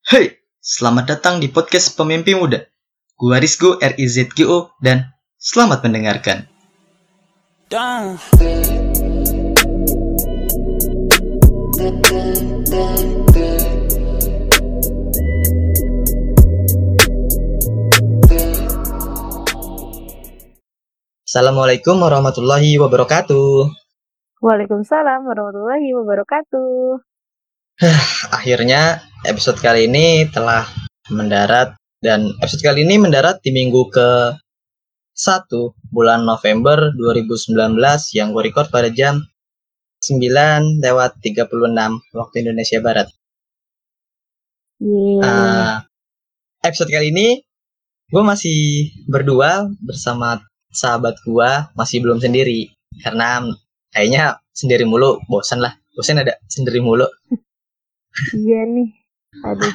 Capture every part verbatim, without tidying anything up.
Hai, selamat datang di podcast Pemimpi Muda. Gua Rizgo R I Z G O dan selamat mendengarkan. Dang. Assalamualaikum warahmatullahi wabarakatuh. Waalaikumsalam warahmatullahi wabarakatuh. Akhirnya episode kali ini telah mendarat dan episode kali ini mendarat di minggu ke satu bulan November dua ribu sembilan belas yang gue record pada jam sembilan lewat tiga puluh enam waktu Indonesia Barat. Yeah. Uh, episode kali ini gue masih berdua bersama sahabat gue, masih belum sendiri karena kayaknya sendiri mulu bosan lah, bosan ada sendiri mulu. Iya nih, aduh.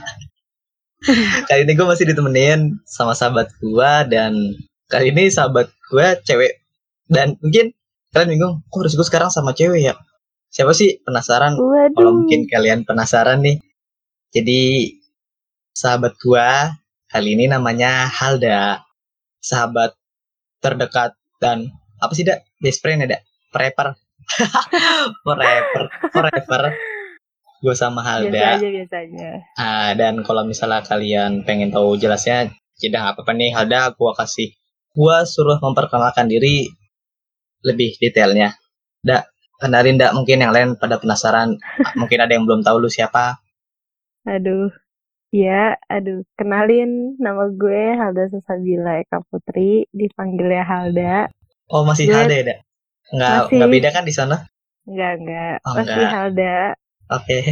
Kali ini gue masih ditemenin sama sahabat gue dan kali ini sahabat gue cewek dan mungkin kalian bingung, kok harus gue sekarang sama cewek ya? Siapa sih? Penasaran? Waduh. Kalau mungkin kalian penasaran nih, jadi sahabat gue kali ini namanya Halda, sahabat terdekat dan apa sih dak? Best friend ya dak? Forever, forever, forever. Gue sama Halda. Biasa aja, biasa aja. Uh, dan kalau misalnya kalian pengen tahu jelasnya, tidak apa-apa nih Halda, gue kasih, gue suruh memperkenalkan diri lebih detailnya. Dak, kenalin dak, mungkin yang lain pada penasaran, mungkin ada yang belum tahu lu siapa. Aduh, ya, aduh, kenalin, nama gue Halda Sasabila Eka Putri, dipanggilnya Halda. Oh masih gue... Halda ya dak? Nggak, masih... nggak beda kan di sana? Nggak, nggak, oh, masih enggak. Halda. Oke. Okay.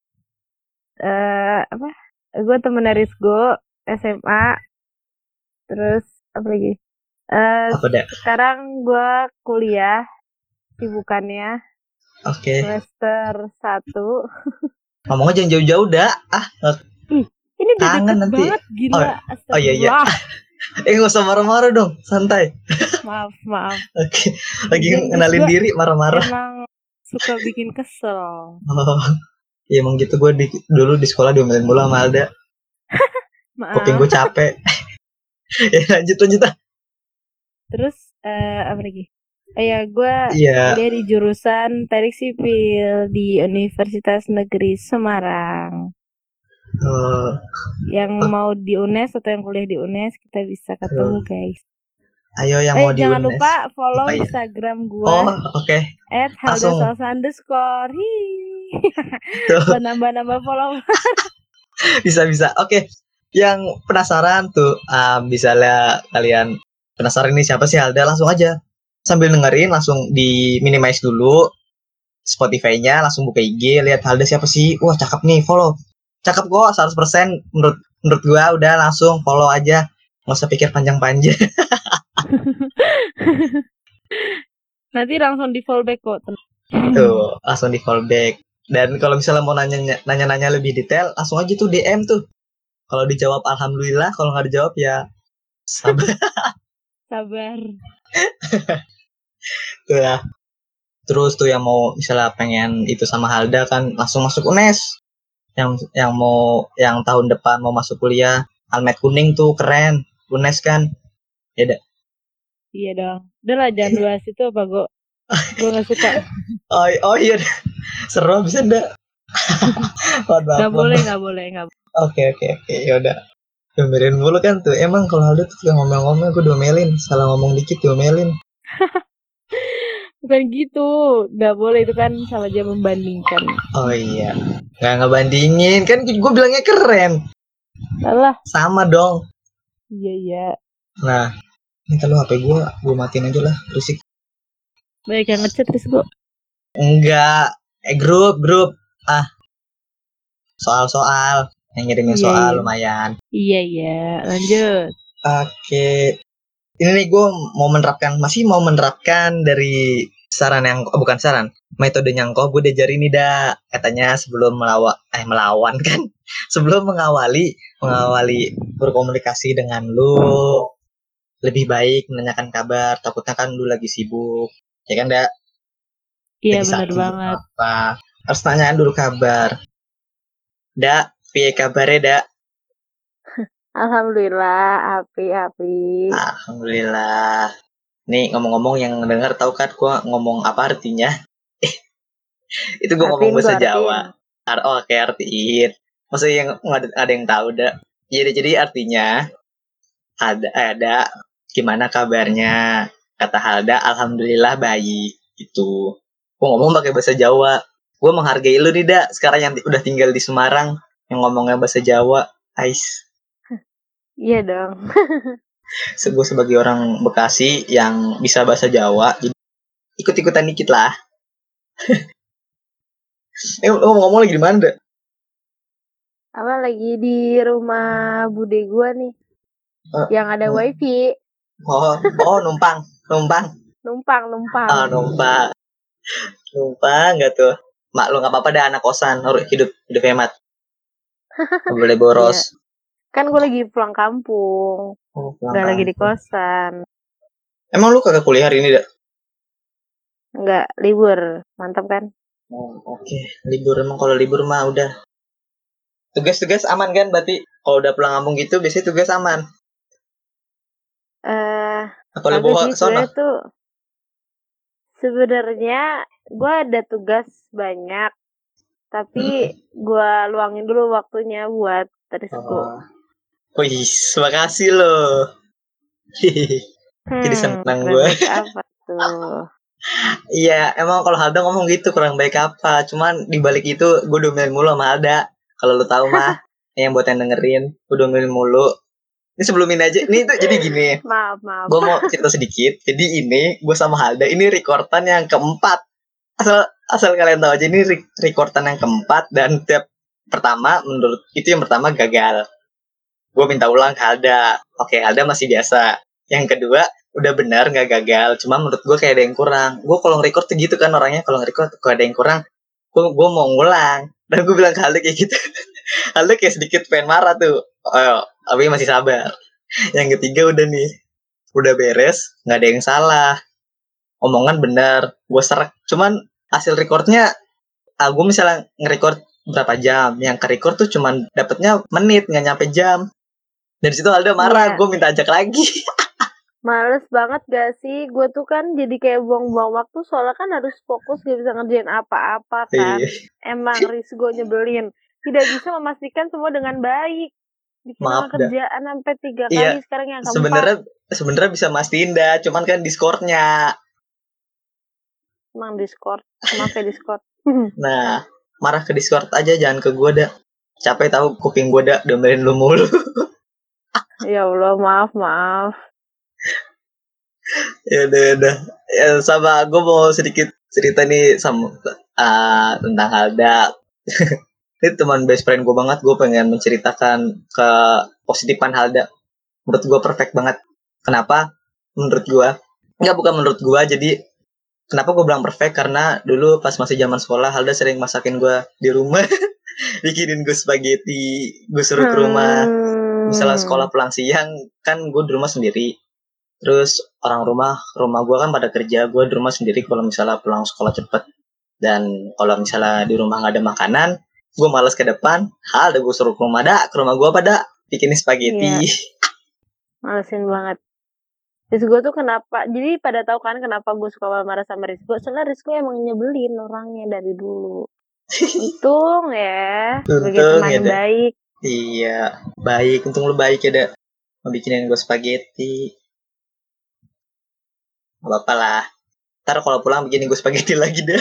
Uh, apa? Gue temen Rizgo S M A. Terus apa lagi? Uh, apa dak? Sekarang gue kuliah, sibukannya. Oke. Okay. Semester satu. Ngomongnya jangan jauh-jauh dak. Ah. Ih, ini udah deket nanti. banget, gila. Oh, oh iya iya. Eh nggak usah marah-marah dong, santai. Maaf maaf. Oke, okay. Lagi Jadi, ngenalin diri marah-marah. Emang suka bikin kesel. Oh, ya emang gitu, gue di, dulu di sekolah diomelin mulu sama Alda. Maaf. Kuping gue capek. Ya lanjut lanjut ah. Terus uh, apa lagi? Oh ya, gue yeah. kuliah di jurusan Teknik Sipil di Universitas Negeri Semarang. Uh, yang uh, mau di U N E S atau yang kuliah di U N E S kita bisa ketemu uh, guys. Ayo yang eh, mau di jangan U N E S. lupa follow oh, Instagram gue. Oh oke. Okay. at halda salsa underscore. Buat nambah-nambah follow. Bisa bisa. Oke. Okay. Yang penasaran tuh, um, misalnya kalian penasaran ini siapa sih Halda, langsung aja sambil dengerin langsung di minimize dulu Spotify-nya, langsung buka I G, lihat Halda siapa sih, wah cakep nih, follow. Cakep kok, seratus persen menurut menurut gua, udah langsung follow aja. Nggak usah pikir panjang-panjang. Nanti langsung di fallback kok. Tuh, langsung di fallback. Dan kalau misalnya mau nanya nanya-nanya lebih detail, langsung aja tuh D M tuh. Kalau dijawab alhamdulillah, kalau nggak dijawab ya sabar. Sabar. Tuh ya. Terus tuh yang mau misalnya pengen itu sama Halda kan langsung masuk U N E S. Yang yang mau yang tahun depan mau masuk kuliah, Almet kuning tuh keren, U N E S kan. Ya dah. Iya dong. Udah lah jangan bahas itu apa gue. Gue nggak suka. oh, oh iya. Seru bisa enggak? Gak boleh, gak boleh, gak boleh. Oke oke oke, yaudah. Domelin mulu kan tuh. Emang kalau Halda tuh yang ngomel-ngomel gue domelin, salah ngomong dikit domelin. Bukan gitu, gak boleh, itu kan sama aja membandingkan. Oh iya, nggak ngebandingin kan, gue bilangnya keren. Salah. Sama dong. Iya iya. Nah, ini lu H P gue, gue matiin aja lah, berisik. Baik yang ngechat terus gue. Enggak, eh grup grup ah. Soal-soal, yang ngirimin iya, soal iya. lumayan. Iya iya, lanjut. Oke. Ini nih gue mau menerapkan, masih mau menerapkan dari saran yang, oh bukan saran, metode nyangkau gue diajarin nih dah. Katanya sebelum melawan, eh melawan kan, sebelum mengawali, mengawali berkomunikasi dengan lu, lebih baik menanyakan kabar, takutnya kan lu lagi sibuk, ya kan dak? Iya benar banget. Apa? Harus tanyaan dulu kabar. Dak, piye kabarnya dak? Alhamdulillah, api-api. Alhamdulillah. Nih ngomong-ngomong yang denger tahu kan gua ngomong apa artinya? Itu gua ngomong Artiin gua, bahasa artiin. Jawa. Ar oh, kayak artiin. Maksudnya yang nggak ada, ada yang tahu dah. Jadi jadi artinya ada ada gimana kabarnya? Kata Halda, alhamdulillah baik. Gitu. Gua ngomong pakai bahasa Jawa. Gua menghargai lu nih, Da. Sekarang yang udah tinggal di Semarang yang ngomongnya bahasa Jawa. Ais. Iya dong. Gue sebagai orang Bekasi yang bisa bahasa Jawa, jadi ikut-ikutan dikit lah. Eh, lo ngomong lagi di mana, Da? Apa lagi di rumah bude gua nih, Uh, yang ada uh, wifi. oh, oh numpang, numpang, Numpang, numpang. ah numpang, numpang nggak tuh? Mak lu nggak apa-apa dah anak kosan, hidup hidup hemat. Nggak boleh boros. Iya. Kan gue lagi pulang kampung, Oh, pulang nggak lagi di kampung. kosan. Emang lu kagak kuliah hari ini, Da? Nggak, libur. Mantap kan? Oh, oke. Okay. Libur emang kalau libur mah udah. Tugas-tugas aman kan berarti? Kalau udah pulang kampung gitu biasanya tugas aman. Eh, Apa lu kagak bawa sih ke sono? sebenarnya tuh. Sebenarnya gue ada tugas banyak, tapi gue luangin dulu waktunya buat Rizko. Oh. Wih, makasih loh. Jadi Hmm, senang kurang gue. baik apa tuh? Iya, emang kalau Halda ngomong gitu kurang baik apa. Cuman dibalik itu gue domelin mulu sama Halda. Kalau lu tahu mah, yang buat yang dengerin, gue domelin mulu. Ini sebelum ini aja, ini tuh jadi gini. Maaf, maaf. Gue mau cerita sedikit. Jadi ini gue sama Halda ini rekordan yang keempat. Asal asal kalian tahu aja ini rekordan yang keempat dan tiap pertama menurut itu yang pertama gagal. Gue minta ulang ke Halda. Oke, Halda masih biasa. Yang kedua, udah benar nggak gagal. Cuma menurut gue kayak ada yang kurang. Gue kalau nge-record tuh gitu kan orangnya. Kalau nge-record kalau ada yang kurang, gue gue mau ngulang. Dan gue bilang ke Halda kayak gitu. Halda kayak sedikit pengen marah tuh. Oh, tapi masih sabar. Yang ketiga udah nih. Udah beres, nggak ada yang salah. Omongan benar. Gue serak. Cuman hasil recordnya, ah, gue misalnya nge-record berapa jam. Yang ke-record tuh cuman dapetnya menit, nggak nyampe jam. Dari situ Alda marah, Iya. gue minta ajak lagi. Males banget gak sih? Gue tuh kan jadi kayak buang-buang waktu, soalnya kan harus fokus, gak bisa ngerjain apa-apa kan. Emang Rizko nyebelin. Tidak bisa memastikan semua dengan baik. Bikin Maaf, orang kerjaan sampai tiga iya, kali, sekarang yang keempat. Sebenarnya sebenarnya bisa mastiin dah, cuman kan Discord-nya. Emang Discord, maaf ya Discord. Nah, marah ke Discord aja, jangan ke gue dah. Capek tahu kuping gue dah domelin lu mulu. Ya Allah, maaf, maaf. Ya udah, udah. Ya, sama gue mau sedikit cerita nih sama uh, tentang Halda. Ini teman best friend gue banget, gue pengen menceritakan ke positifan Halda. Menurut gue perfect banget. Kenapa? Menurut gue, enggak bukan menurut gue. Jadi kenapa gue bilang perfect? Karena dulu pas masih zaman sekolah, Halda sering masakin gue di rumah, bikinin gue spaghetti, gue suruh ke rumah. Misalnya sekolah pulang siang, kan gue di rumah sendiri. Terus orang rumah, rumah gue kan pada kerja, gue di rumah sendiri kalau misalnya pulang sekolah cepet. Dan kalau misalnya di rumah nggak ada makanan, gue malas ke depan, hal ada gue suruh ke rumah dak, ke rumah gue pada bikinin spaghetti. Iya. Malesin banget. Rizko tuh kenapa, jadi pada tahu kan kenapa gue suka marah sama Rizko, soalnya Rizko emang nyebelin orangnya dari dulu. Untung ya, sebagai Untung teman ya, Dak. baik. Iya, baik. Untung lu baik ya, Dak. Mau bikinin gue spaghetti. Gak apa-apa lah. Ntar kalau pulang bikinin gue spaghetti lagi dah.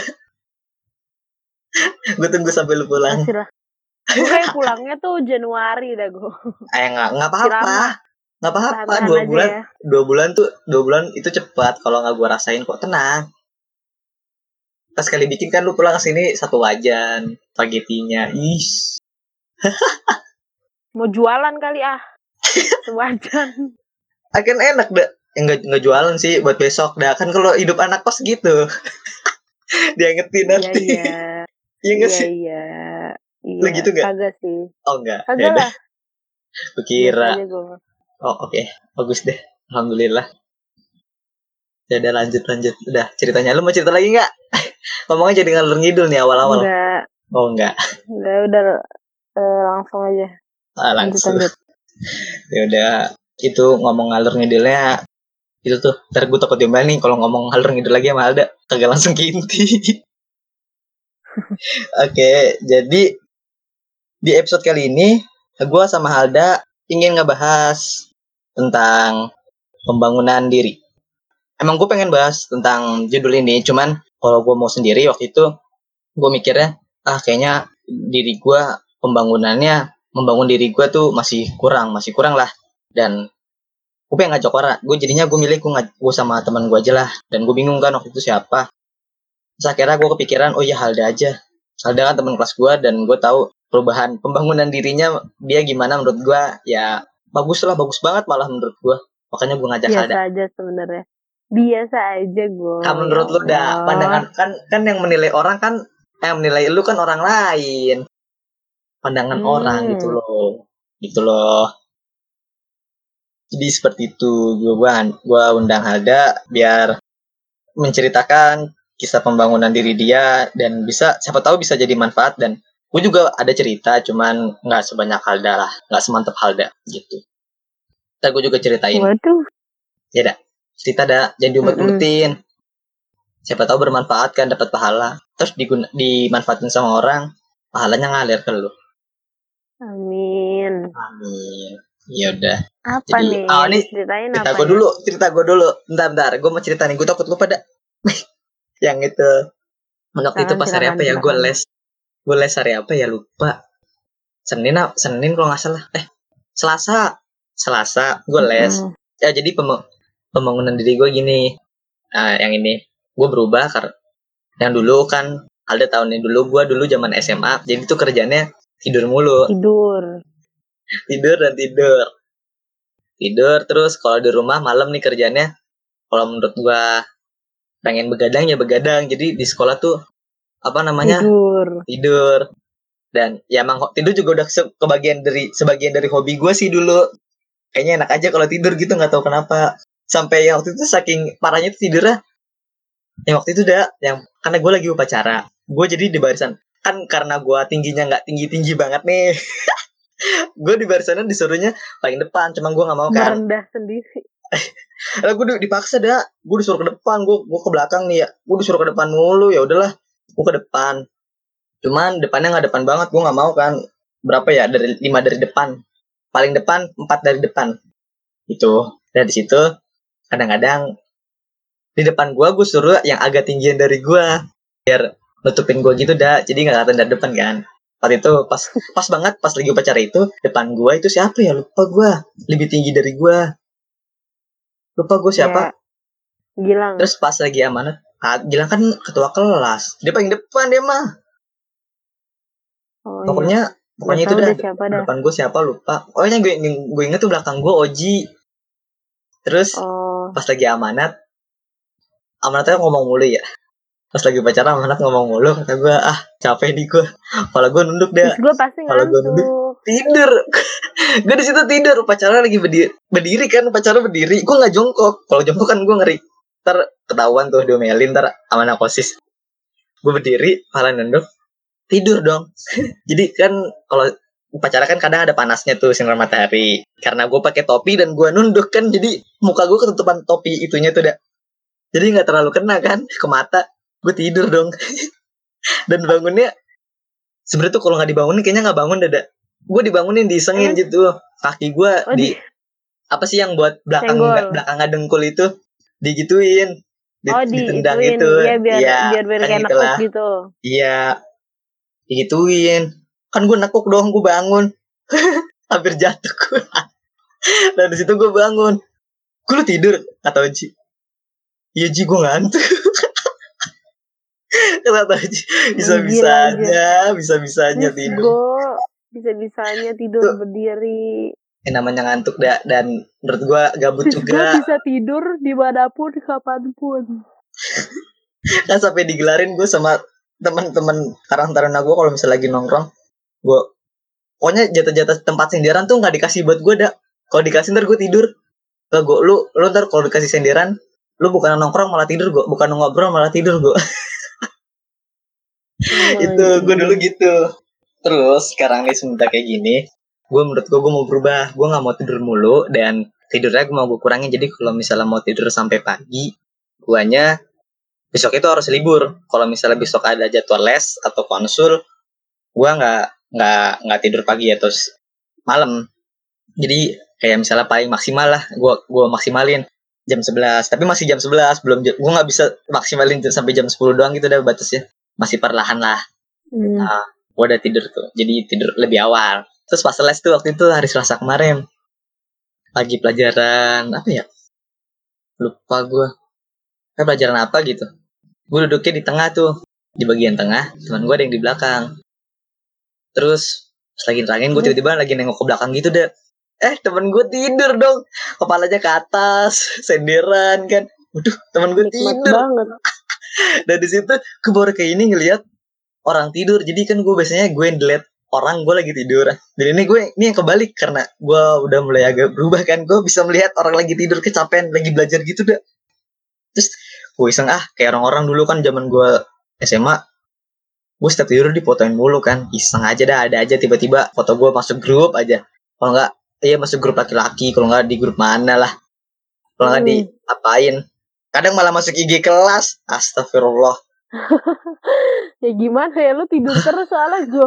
Gue tunggu sampai lu pulang. Masih lah. Gue kayak pulangnya tuh Januari dah gue. Eh, nggak, nggak apa-apa. Nggak apa-apa. Tahan-tahan Dua aja bulan, ya. dua bulan tuh, dua bulan itu cepat. Kalau nggak gue rasain kok, tenang. Pas kali bikin kan lu pulang ke sini satu wajan spaghettinya. Is. Mau jualan kali ah. Sewajan. Akan enak dah. Enggak enggak jualan sih buat besok dah. Kan kalau hidup anak kos gitu. Diangetin nanti. Iya, iya. Iya enggak Iya, sih? iya. Lu Iya, gitu enggak? kagak sih. Oh enggak. Kagak lah. Gue kira. Biasa aja gue. Oh oke. Okay. Bagus deh. Alhamdulillah. Ya udah lanjut lanjut. Udah ceritanya. Lu mau cerita lagi enggak? Ngomongnya jadi ngalur ngidul nih awal-awal. Enggak. Oh enggak. Enggak, udah uh, langsung aja. Ah, langsung. Lanjut, lanjut. Ya udah, itu ngomong ngalur ngidulnya itu tuh. Ntar gue takut diomelin nih kalau ngomong ngalur ngidul lagi sama Alda, kagak langsung ke inti. Oke, jadi di episode kali ini gue sama Halda ingin ngebahas tentang pembangunan diri. Emang gue pengen bahas tentang judul ini, cuman kalau gue mau sendiri waktu itu gue mikirnya ah kayaknya diri gue pembangunannya membangun diri gue tuh masih kurang masih kurang lah, dan gue pengen ngajak orang. Gue jadinya gue milih gue ngaj- gue sama teman gue aja lah, dan gue bingung kan waktu itu siapa. Terus akhirnya gue kepikiran, oh ya Halda aja. Halda kan teman kelas gue, dan gue tahu perubahan pembangunan dirinya dia gimana. Menurut gue ya bagus lah, bagus banget malah menurut gue. Makanya gue ngajak Halda. Biasa aja sebenarnya. Biasa aja gue. Nah, menurut ya lu dah pandangan kan kan yang menilai orang kan, eh, yang menilai lu kan orang lain. Pandangan Hmm. orang gitu loh. Gitu loh. Jadi seperti itu, gue gue undang Halda biar menceritakan kisah pembangunan diri dia, dan bisa siapa tahu bisa jadi manfaat. Dan gue juga ada cerita, cuman nggak sebanyak Halda lah, nggak semantap Halda gitu. Ntar gue juga ceritain. Waduh. Ya dah, cerita dah, jangan diumpetin. Siapa tahu bermanfaat kan, dapat pahala. Terus diguna, dimanfaatin sama orang, pahalanya ngalir ke lu. Amin. Amin. Ya udah. Apa Jadi, nih? oh, ini Ceritain cerita apa gue dulu, cerita gue dulu. Bentar, bentar. Gue mau cerita nih. Gue takut lupa dah. Yang itu. Waktu itu pas hari apa ya? Gue les. Gue les hari apa ya? Lupa. Senin, Senin kalau nggak salah. Eh, Selasa. Selasa. Gue les. Hmm. Ya, jadi pem- pembangunan diri gue gini. Nah, yang ini. Gue berubah karena yang dulu kan ada tahun ini dulu. Gue dulu zaman S M A. Jadi tuh kerjanya tidur mulu. Tidur. Tidur dan tidur. Tidur terus kalau di rumah malam nih kerjanya. Kalau menurut gua pengen begadang ya begadang. Jadi di sekolah tuh apa namanya? Tidur. Tidur. Dan ya emang tidur juga udah kebagian dari sebagian dari hobi gua sih dulu. Kayaknya enak aja kalau tidur gitu, nggak tahu kenapa. Sampai yang waktu itu saking parahnya tuh tidurnya. Yang waktu itu udah yang karena gua lagi upacara. Gua jadi di barisan kan karena gua tingginya nggak tinggi-tinggi banget nih. Gue di barisannya disuruhnya paling depan, cuma gue nggak mau kan. Merendah sendiri. Lah gue dipaksa dah, gue disuruh ke depan, gue gue ke belakang nih ya, gue disuruh ke depan mulu. Ya udahlah, gue ke depan. Cuman depannya nggak depan banget, gue nggak mau kan. Berapa ya, dari lima dari depan, paling depan empat dari depan. Itu dari situ kadang-kadang di depan gue gue suruh yang agak tinggian dari gue biar nutupin gue gitu dah, jadi nggak kelihatan dari depan kan. Pas itu pas pas banget pas lagi upacara itu depan gue itu siapa ya, lupa gue, lebih tinggi dari gue, lupa gue siapa. Ya, Gilang. Terus pas lagi amanat, ah, Gilang kan ketua kelas, dia paling depan dia mah. Oh, pokoknya iya. pokoknya Gak itu dah, siapa depan dah. gue siapa lupa. Oh yang gue gue inget tuh belakang gue Oji. Terus oh. pas lagi amanat, amanatnya ngomong mulu ya. Pas lagi pacaran amanat ngomong mulu, kata gue ah capek nih gue, kepala gue nunduk dah. Terus gue pasti Kepala gue nunduk, tidur. Gue di situ tidur, pacaran lagi berdiri, berdiri kan, pacaran berdiri. Gue nggak jongkok, kalau jongkok kan gue ngeri, ntar ketahuan tuh diomelin ntar sama anak OSIS. Gue berdiri, kepala nunduk, tidur dong. Jadi kan kalau upacara kan kadang ada panasnya tuh sinar matahari. Karena gue pakai topi dan gue nunduk kan, jadi muka gue ketutupan topi itunya tuh dah. Jadi nggak terlalu kena kan ke mata. Gue tidur dong. Dan bangunnya sebenarnya tuh kalau nggak dibangunin kayaknya nggak bangun dada. Gue dibangunin disengin eh? gitu. Kaki gue oh, di, di apa sih yang buat belakang belakangnya dengkul itu digituin. Di, oh, di ditendang ituin, gitu. Ya biar ya, biar biar kan kayak nekuk gitu. Iya. Digituin. Kan gue nekuk dong, gue bangun. Hampir jatuh gue. Dan di situ gue bangun. Gue lu tidur atau Ji? Iya Ji, gue ngantuk. Kata Ji, bisa-bisanya, bisa-bisanya tidur. Gue bisa-bisanya tidur tuh, berdiri. Yang namanya ngantuk dah, dan menurut gue gabut Terus juga. Gue bisa tidur dimanapun, kapanpun. Kan sampai digelarin gue sama teman-teman Karang Taruna gue kalau misalnya lagi nongkrong, gue pokoknya jatah-jatah tempat senderan tuh nggak dikasih buat gue dah. Kalau dikasih ntar gue tidur. Ke gue, lu, lu ntar kalau dikasih senderan, lu bukan nongkrong malah tidur gue, bukan ngobrol malah tidur gue. Oh, itu gue dulu gitu. Terus sekarang nih semenjak kayak gini, gue menurut gue gue mau berubah, gue nggak mau tidur mulu dan tidurnya gue mau gue kurangin. Jadi kalau misalnya mau tidur sampai pagi, guanya besok itu harus libur. Kalau misalnya besok ada jadwal les atau konsul, gue nggak nggak nggak tidur pagi atau malam. Jadi kayak misalnya paling maksimal lah, gue gue maksimalin jam sebelas. Tapi masih jam sebelas, belum gue nggak bisa maksimalin sampai jam sepuluh doang gitu dah batasnya. Masih perlahan lah. Hmm. Nah, gue udah tidur tuh. Jadi tidur lebih awal. Terus pas les tuh waktu itu hari Selasa kemarin, lagi pelajaran apa ya? Lupa gue. Kayak pelajaran apa gitu. Gue duduknya di tengah tuh, di bagian tengah. Teman gue ada yang di belakang. Terus pas lagi nerangin, gue tiba-tiba lagi nengok ke belakang gitu deh. Eh temen gue tidur dong, kepalanya ke atas, senderan kan. Waduh, temen gue tidur. Banget. Dan di situ gue baru kayak ini ngelihat orang tidur. Jadi kan gue biasanya gue ngeliat orang gue lagi tidur. Dan ini gue ini yang kebalik karena gue udah mulai agak berubah kan. Gue bisa melihat orang lagi tidur kecapean, lagi belajar gitu dah. Terus gue iseng ah kayak orang-orang dulu kan zaman gue S M A. Gue setiap tidur difotoin mulu kan. Iseng aja dah, ada aja tiba-tiba foto gue masuk grup aja. Kalau enggak, iya masuk grup laki-laki. Kalau enggak di grup mana lah. Kalau enggak Hmm. di apain. Kadang malah masuk I G kelas. Astagfirullah. Ya gimana ya, lu tidur terus soalnya Jo.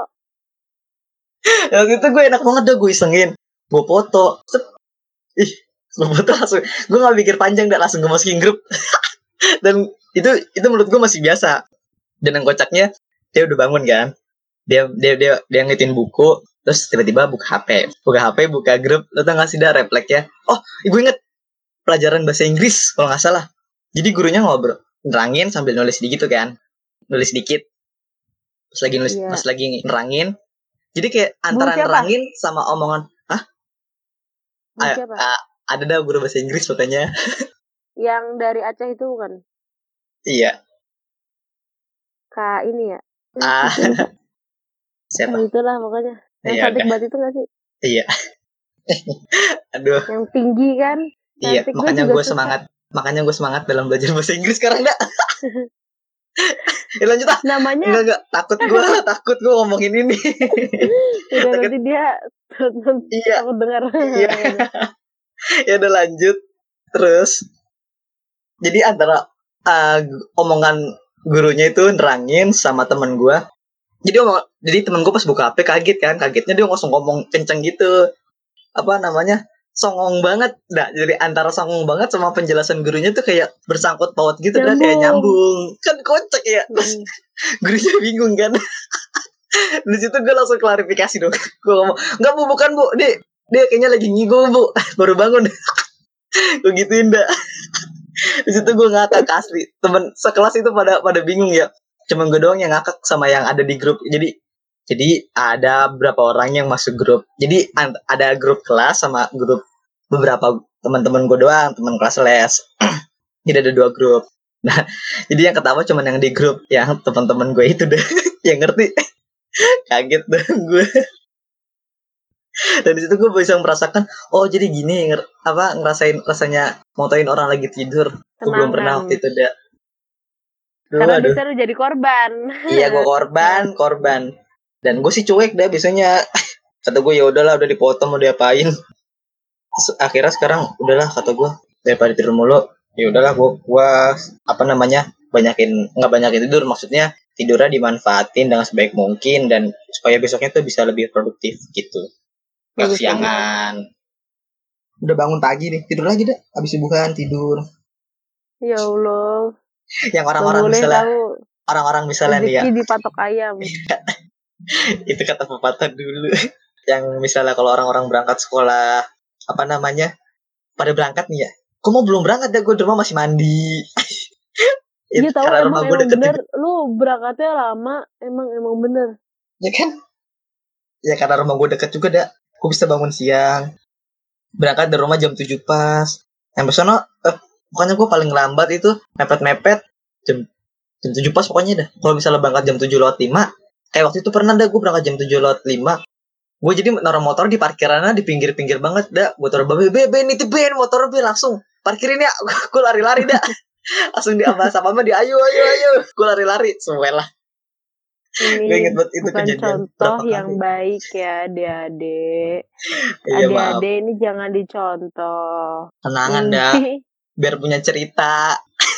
Waktu itu gue enak banget dah, gue isengin. Gue foto. Ih, gue foto langsung. Gue gak pikir panjang dah, langsung gue masukin grup. Dan itu itu menurut gue masih biasa. Dan yang kocaknya, dia udah bangun kan. Dia dia dia dia ngitin buku. Terus tiba-tiba buka H P. Buka H P, buka grup. Lo tau gak sih dah refleks ya. Oh, gue inget. Pelajaran bahasa Inggris kalau gak salah. Jadi gurunya ngobrol. Nerangin sambil nulis sedikit kan. Nulis sedikit. Pas lagi nulis, Iya. pas lagi nerangin. Jadi kayak antara Guru siapa? nerangin sama omongan. Hah? Guru A- siapa? a- ada dah guru bahasa Inggris pokoknya. Yang dari Aceh itu bukan? Iya. Kak ini ya? Ah. Itu lupa. Siapa? Nah, itulah pokoknya. Yang Iya, cantik udah. banget itu gak sih? Iya. Aduh. Yang tinggi kan? Iya, Cantik, makanya juga gue suka. semangat. Makanya gue semangat dalam belajar bahasa Inggris sekarang dah. Ya lanjut ah. Namanya Enggak enggak takut gue, takut gue ngomongin ini. udah Takut. nanti dia Iya. takut dengar. Iya. Ya udah lanjut. Terus jadi antara uh, omongan gurunya itu nerangin sama teman gue. Jadi omong, jadi temen gue pas buka H P kaget kan, kagetnya dia langsung ngomong kenceng gitu, apa namanya, songong banget, nah jadi antara songong banget sama penjelasan gurunya tuh kayak bersangkut paut gitu, dah kayak nyambung, kan kocak ya, terus Hmm. gurunya bingung kan, di situ gue langsung klarifikasi dong, gue ngomong, nggak bu bukan bu, dia dia kayaknya lagi ngigo bu, baru bangun, gue gituin dah, di situ gue ngakak asli, temen sekelas itu pada pada bingung ya. Cuma gue doang yang ngakak sama yang ada di grup. Jadi jadi ada beberapa orang yang masuk grup. Jadi ada grup kelas sama grup beberapa teman-teman gue doang, teman kelas les. Jadi ada dua grup. Nah, jadi yang ketawa cuma yang di grup yang teman-teman gue itu deh yang ngerti. Kaget dong gue. Dan di situ gue bisa merasakan, oh jadi gini nger- apa ngerasain rasanya motoin orang lagi tidur. Gue belum pernah waktu itu deh. Duh, Karena aduh. bisa lu jadi korban. Iya, gue korban, korban. Dan gue sih cuek deh biasanya. Kata gue ya udahlah, udah dipotong mau diapain. Terus akhirnya sekarang udahlah kata gue daripada tidur mulu. Ya udahlah gue gue apa namanya banyakin nggak banyakin tidur, maksudnya tidurnya dimanfaatin dengan sebaik mungkin dan supaya besoknya tuh bisa lebih produktif gitu. Gak kesiangan. Udah bangun pagi nih, tidur lagi deh. Abis subuhan tidur. Ya Allah. Yang orang-orang misalnya orang-orang misalnya nih ya. Rezeki dipatok ayam. Itu kata pepatah dulu. Yang misalnya kalau orang-orang berangkat sekolah, apa namanya, pada berangkat nih ya. Kok mau belum berangkat ya, gue di rumah masih mandi. Iya tahu, karena emang rumah gue emang deket bener. juga. Lu berangkatnya lama, emang emang bener. Ya kan? Ya karena rumah gue deket juga dah. Gue bisa bangun siang. Berangkat dari rumah jam tujuh pas. Sampai sana, eh, pokoknya gue paling lambat itu mepet-mepet jam jam tujuh pas pokoknya dah. Kalau misalnya berangkat jam tujuh lewat lima, kayak waktu itu pernah dah gue berangkat jam tujuh lewat lima. Gue jadi naruh motor di parkirannya di pinggir-pinggir banget dah. Gue taruh babe, be, be, nitip ben motor be langsung parkirin ya. Gue lari-lari dah. Langsung di sama sama di ayo ayo ayo. Gue lari-lari, semuanya lah. Gue inget Ini banget itu bukan kejadian contoh berapa yang kali. baik ya adik-adik. Iya maaf. Adik-adik ini jangan dicontoh. Tenangan dah, biar punya cerita.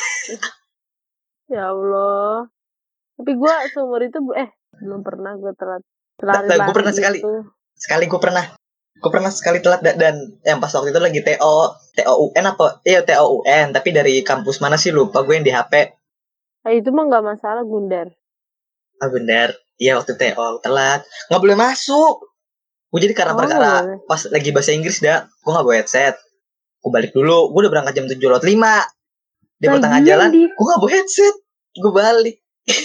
Ya Allah. Tapi gue seumur itu eh belum pernah gue telat Nah, gue lari-lari pernah sekali. itu. Sekali gue pernah. Gue pernah sekali telat da- dan yang pas waktu itu lagi T O T O U N apa? Iya T O U N, tapi dari kampus mana sih lupa gue yang di H P. Nah, itu mah nggak masalah Gundar. Ah bener. Iya waktu T O telat. Nggak boleh masuk. Gue jadi karena Oh, nggak perkara boleh. pas lagi bahasa Inggris dah, gue nggak bawa headset. Gue balik dulu. Gue udah berangkat jam tujuh lewat lima. Di pertengahan Lagian jalan, di gue nggak bawa headset. Gue balik.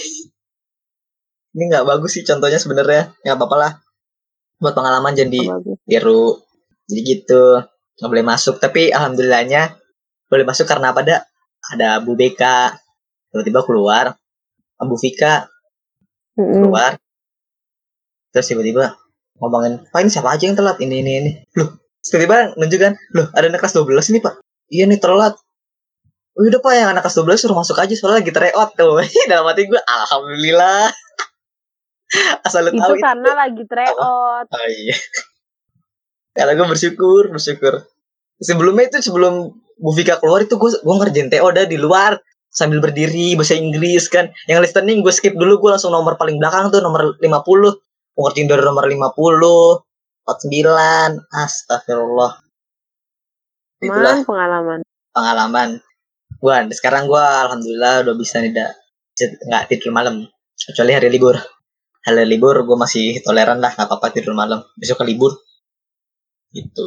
Ini nggak bagus sih contohnya sebenarnya. Nggak apa-apa lah. Buat pengalaman jadi oh, bagus. tiru. Jadi gitu. Nggak boleh masuk. Tapi alhamdulillahnya boleh masuk karena apa dah? Ada Bu B K. Tiba-tiba keluar. Abu Vika Mm-mm. keluar. Terus tiba-tiba ngomongin, Pak ini siapa aja yang telat? Ini, ini, ini. Loh, tiba-tiba nunjuk kan, loh ada anak kelas dua belas ini Pak. Iya nih telat. Udah Pak yang anak kelas dua belas suruh masuk aja soalnya lagi tryout tuh. Dalam hati gue, alhamdulillah. Asal lu Itu tahu karena itu. lagi tryout. Oh iya. Karena gue bersyukur, bersyukur. Sebelumnya itu sebelum Bu Vika keluar itu gue gue ngerjain T O dah di luar sambil berdiri bahasa Inggris kan. Yang listening gue skip dulu, gue langsung nomor paling belakang tuh nomor lima puluh. Gue ngerjain dari nomor lima puluh, empat puluh sembilan. Astagfirullah. Itulah Man, pengalaman. pengalaman. Gue sekarang gue alhamdulillah udah bisa nih dah nggak tidur malam. Kecuali hari libur. Hari libur gue masih toleran lah, nggak apa-apa tidur malam. Besok ke libur. Gitu.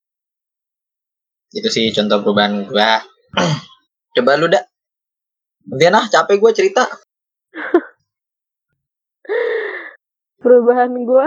Itu sih contoh perubahan gue. Coba lu dah. Nanti nah capek gue cerita. Perubahan gue.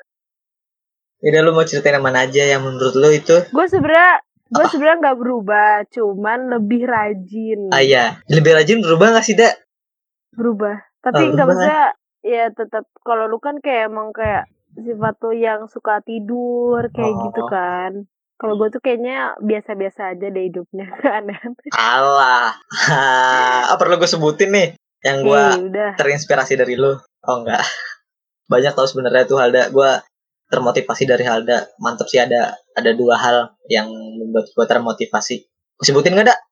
Udah lu mau ceritain yang mana aja yang menurut lu itu? Gue sebenernya gue Apa? sebenarnya nggak berubah, cuman lebih rajin. Ah iya, lebih rajin berubah nggak sih dak? Berubah. Tapi Oh, nggak berubah. maksudnya ya tetap kalau lu kan kayak emang kayak sifat lu yang suka tidur kayak Oh. gitu kan. Kalau gue tuh kayaknya biasa-biasa aja deh hidupnya, aneh. Alah, ah perlu gue sebutin nih yang gue Eh, udah. terinspirasi dari lu? Oh enggak, banyak tau sebenarnya tuh Halda. Gue termotivasi dari Halda. Mantep sih, ada ada dua hal yang membuat gue termotivasi. Gue sebutin nggak dak?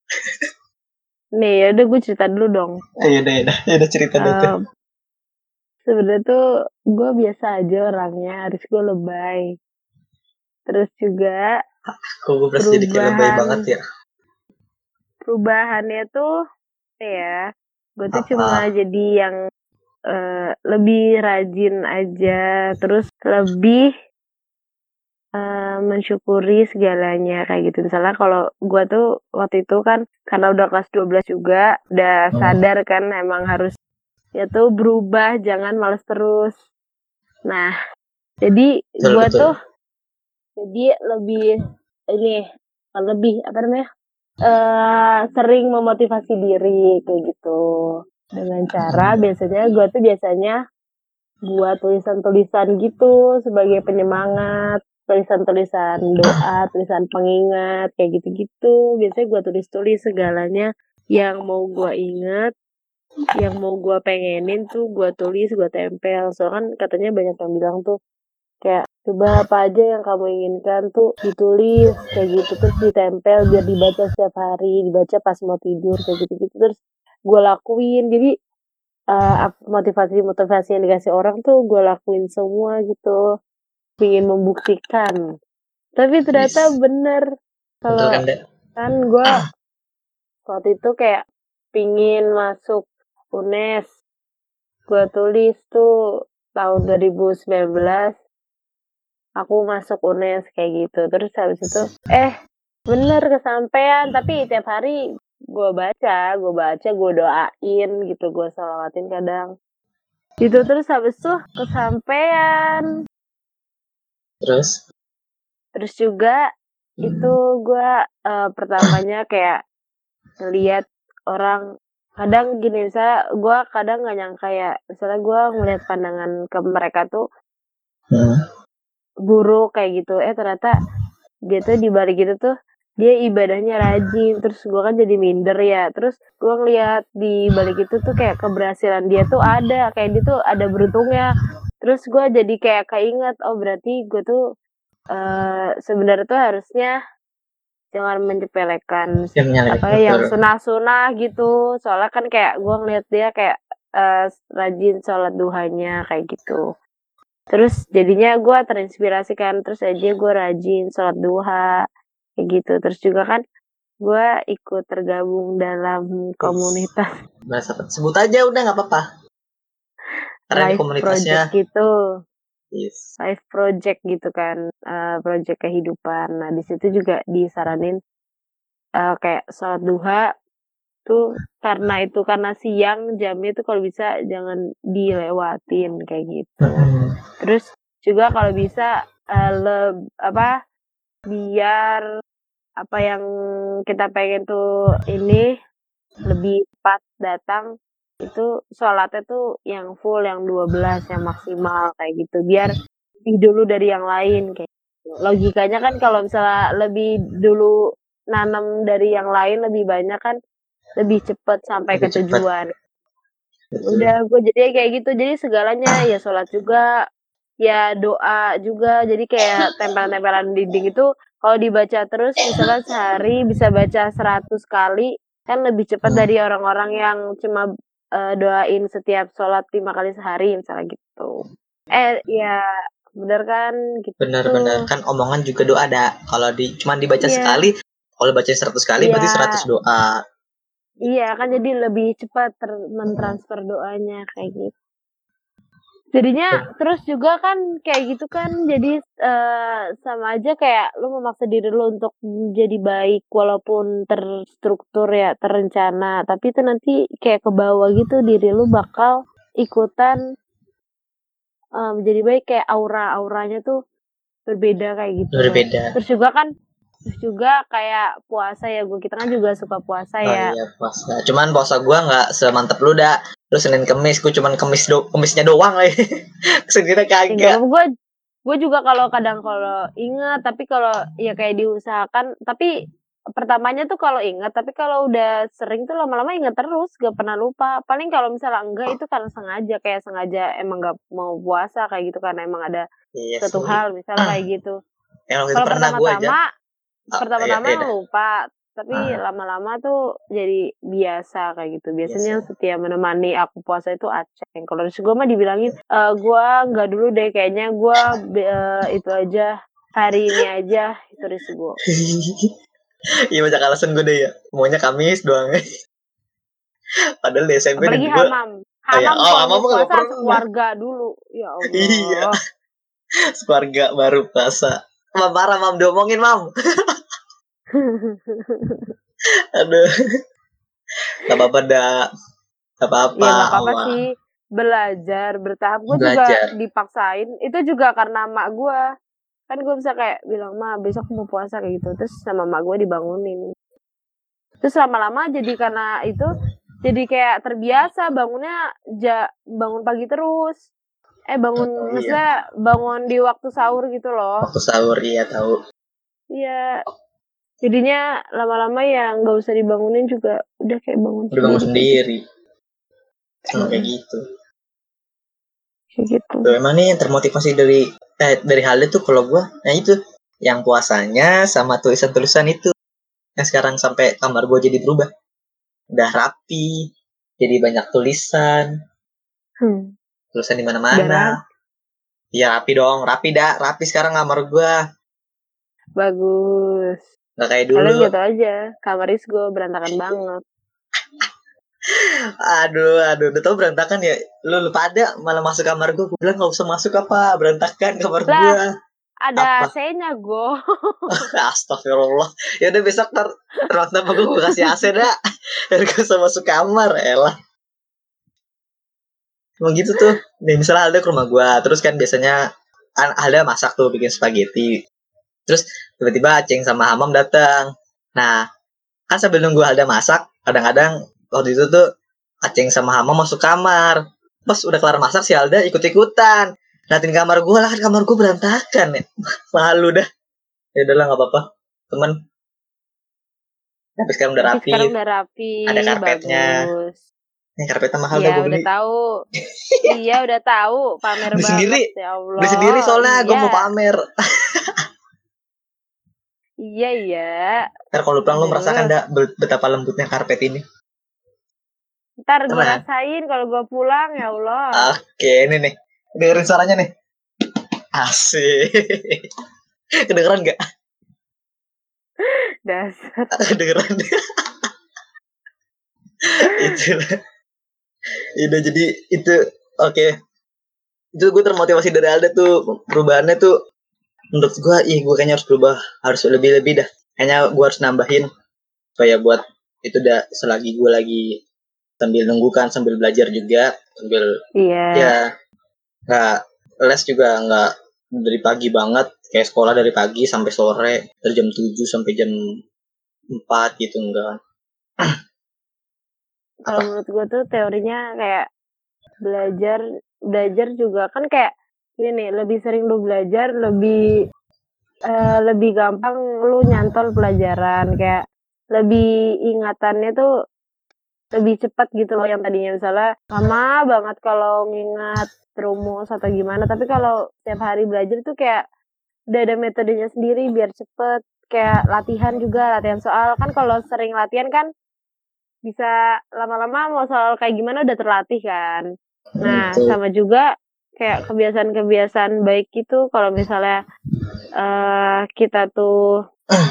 Nih, ya udah gue cerita dulu dong. Iya deh, udah, udah cerita deh tuh. Um, Sebenarnya tuh gue biasa aja orangnya, harus gue lebay. Terus juga Kok gue berasa jadi kayak lebay banget ya? Perubahannya tuh ya, gue tuh Apa? cuma jadi yang uh, lebih rajin aja, terus lebih uh, mensyukuri segalanya kayak gitu. Misalnya kalau gue tuh waktu itu kan karena udah kelas dua belas juga, udah sadar kan emang harus ya tuh berubah, jangan males terus. Nah, jadi gue tuh jadi lebih ini lebih apa namanya uh, sering memotivasi diri kayak gitu dengan cara biasanya gue tuh biasanya buat tulisan-tulisan gitu sebagai penyemangat, tulisan-tulisan doa, tulisan pengingat kayak gitu-gitu. Biasanya gue tulis-tulis segalanya yang mau gue ingat, yang mau gue pengenin tuh gue tulis, gue tempel. Soalnya kan katanya banyak yang bilang tuh kayak coba apa aja yang kamu inginkan tuh ditulis kayak gitu, terus ditempel biar dibaca setiap hari, dibaca pas mau tidur kayak gitu-gitu. Terus gue lakuin, jadi uh, motivasi-motivasi yang dikasih orang tuh gue lakuin semua gitu, ingin membuktikan. Tapi ternyata yes. bener kalau kan gue waktu itu kayak pingin masuk U N E S, gue tulis tuh tahun dua ribu sembilan belas aku masuk U N E S kayak gitu. Terus habis itu eh bener kesampean, tapi tiap hari gue baca, gue baca, gue doain gitu, gue sholawatin kadang gitu. Terus habis itu kesampean. Terus? Terus juga hmm. itu gue uh, pertamanya kayak ngeliat orang kadang gini, misalnya gue kadang nggak nyangka ya, misalnya gue ngeliat pandangan ke mereka tuh hmm. buruk kayak gitu, eh ternyata dia tuh di balik gitu tuh dia ibadahnya rajin, terus gue kan jadi minder ya, terus gue ngeliat di balik itu tuh kayak keberhasilan dia tuh ada, kayak dia tuh ada beruntungnya, terus gue jadi kayak keinget, oh berarti gue tuh uh, sebenarnya tuh harusnya jangan menyepelekan apa yang sunah-sunah gitu, soalnya kan kayak gue ngeliat dia kayak uh, rajin sholat duhanya kayak gitu, terus jadinya gue terinspirasi kan, terus aja gue rajin sholat duha kayak gitu, terus juga kan gue ikut tergabung dalam komunitas. Bahasa sebut aja udah nggak apa-apa. Karena life project gitu. Yes. Life project gitu kan, uh, project kehidupan. Nah di situ juga disaranin uh, kayak sholat duha tuh karena itu karena siang jamnya tuh kalau bisa jangan dilewatin kayak gitu. Terus juga kalau bisa uh, le apa biar apa yang kita pengen tuh ini lebih cepat datang, itu sholatnya tuh yang full, yang dua belas, yang maksimal kayak gitu, biar lebih dulu dari yang lain kayak gitu. Logikanya kan kalau misalnya lebih dulu nanam dari yang lain lebih banyak kan lebih cepat sampai lebih ke tujuan. Udah gue jadi kayak gitu, jadi segalanya ya sholat juga, ya doa juga, jadi kayak tempelan-tempelan dinding itu kalau dibaca terus misalnya sehari bisa baca seratus kali kan lebih cepat dari orang-orang yang cuma uh, doain setiap sholat lima kali sehari misalnya gitu. Eh ya bener kan gitu. Bener-bener kan omongan juga doa ada. Kalau di cuma dibaca yeah. sekali, kalau baca seratus kali yeah. berarti seratus doa. Iya kan jadi lebih cepat ter- mentransfer doanya kayak gitu. Jadinya oh. terus juga kan kayak gitu kan jadi uh, sama aja kayak lu memaksa diri lu untuk jadi baik walaupun terstruktur ya, terencana, tapi itu nanti kayak ke bawah gitu diri lu bakal ikutan uh, menjadi baik, kayak aura-auranya tuh berbeda kayak gitu. Berbeda. Terus juga kan terus juga kayak puasa ya, gue kita kan juga suka puasa ya. Oh iya puasa. Cuman puasa gue nggak semantep lu dah. Lu Senin Kemis, gue cuman Kemis do, Kemisnya doang lah. Sendiri kagak. Ya, gue gue juga kalau kadang kalau ingat, tapi kalau ya kayak diusahakan. Tapi pertamanya tuh kalau ingat, tapi kalau udah sering tuh lama-lama ingat terus, gak pernah lupa. Paling kalau misalnya enggak itu karena sengaja, kayak sengaja emang gak mau puasa kayak gitu karena emang ada iya satu sih. Hal misalnya kayak gitu. Kalau pertama-tama pertama-tama oh, iya, lupa, tapi ah. lama-lama tuh jadi biasa kayak gitu. Biasanya yes, setia menemani aku puasa itu Aceng. Kalau dari gue mah dibilangin e, gue nggak dulu deh, kayaknya gue uh, itu aja hari ini aja itu dari gue. Iya banyak alasan gue deh ya, maunya Kamis doang. Padahal di S M P apalagi gue Hamam Hamam oh, ya. oh, kalau puasa sekeluarga dulu ya Allah. Iya sekeluarga baru puasa. Mam parah mam, diomongin mam. Aduh, gak apa-apa dah, gak apa-apa. Ya gak apa-apa Allah. Sih, belajar bertahap. Gue juga dipaksain, itu juga karena mak gue. Kan gue bisa kayak bilang, ma besok mau puasa kayak gitu. Terus sama mak gue dibangunin. Terus lama-lama jadi karena itu, jadi kayak terbiasa bangunnya ja, bangun pagi terus. Eh bangun, oh, maksudnya iya. bangun di waktu sahur gitu loh. Waktu sahur, iya tahu. Iya. Jadinya lama-lama ya nggak usah dibangunin juga udah kayak bangun udah bangun sendiri. Sama kayak gitu. Kayak gitu. Tuh, emang nih yang termotivasi dari eh, dari hal itu kalau gue, nah itu yang puasanya sama tulisan-tulisan itu yang sekarang sampai kamar gue jadi berubah. Udah rapi, jadi banyak tulisan. Hmm. Tulisan di mana-mana. Ya rapi dong, rapi dah, rapi sekarang kamar gue. Bagus. Gak kayak dulu. Kalian gitu aja, kamar gue berantakan banget. Aduh, aduh, udah tau berantakan ya. Lu lupa ada malah masuk kamar gue. Gue bilang gak usah masuk apa, berantakan kamar gue. Ada A C-nya gue. Astagfirullah. Ya udah besok ntar terus nama gue gue kasih A C dah. Biar gue bisa masuk kamar, elah. Emang gitu tuh. Nih misalnya Alda ke rumah gue, terus kan biasanya Alda masak tuh bikin spaghetti. Terus tiba-tiba Aceng sama Hamam datang. Nah, kan sambil nunggu Alda masak, kadang-kadang waktu itu tuh Aceng sama Hamam masuk kamar. Pas udah kelar masak si Alda ikut-ikutan. Liatin kamar gue lah, kan kamar gue berantakan ya. Malu dah. Ya udahlah enggak apa-apa. Temen Tapi sekarang udah Tapi rapi. sekarang udah rapi. Ada karpetnya. Bagus. Ini karpetnya mahal Iya, dah gue beli. udah tahu. Iya, udah tahu. Pamer Beli banget sendiri. ya Allah. Beli sendiri soalnya iya. gue mau pamer. Iya, iya. Ntar kalau pulang lo Aduh. merasakan dah betapa lembutnya karpet ini. Ntar gue Karena- rasain kalau gue pulang ya Allah. Oke, ini nih. Dengerin suaranya nih. Asik. Kedengeran gak? Dasar. Kedengeran. Itu. Udah jadi itu oke. Okay. Itu gue termotivasi dari Alda tuh. Perubahannya tuh menurut gue, ih gue kayaknya harus berubah, harus lebih-lebih dah. Kayaknya gue harus nambahin supaya buat itu dah selagi gue lagi sambil nunggu kan, sambil belajar juga, sambil Iya. ya nggak les juga nggak dari pagi banget, kayak sekolah dari pagi sampai sore dari jam tujuh sampai jam empat gitu enggak. Kalau menurut gue tuh teorinya kayak belajar belajar juga kan kayak ini nih, lebih sering lu belajar lebih uh, lebih gampang lu nyantol pelajaran, kayak lebih ingatannya tuh lebih cepat gitu loh, yang tadinya misalnya lama banget kalau ngingat rumus atau gimana, tapi kalau setiap hari belajar tuh kayak udah ada metodenya sendiri biar cepet. Kayak latihan juga, latihan soal kan, kalau sering latihan kan bisa lama-lama mau soal kayak gimana udah terlatih kan. Nah, Betul. sama juga kayak kebiasaan-kebiasaan baik itu, kalau misalnya uh, kita tuh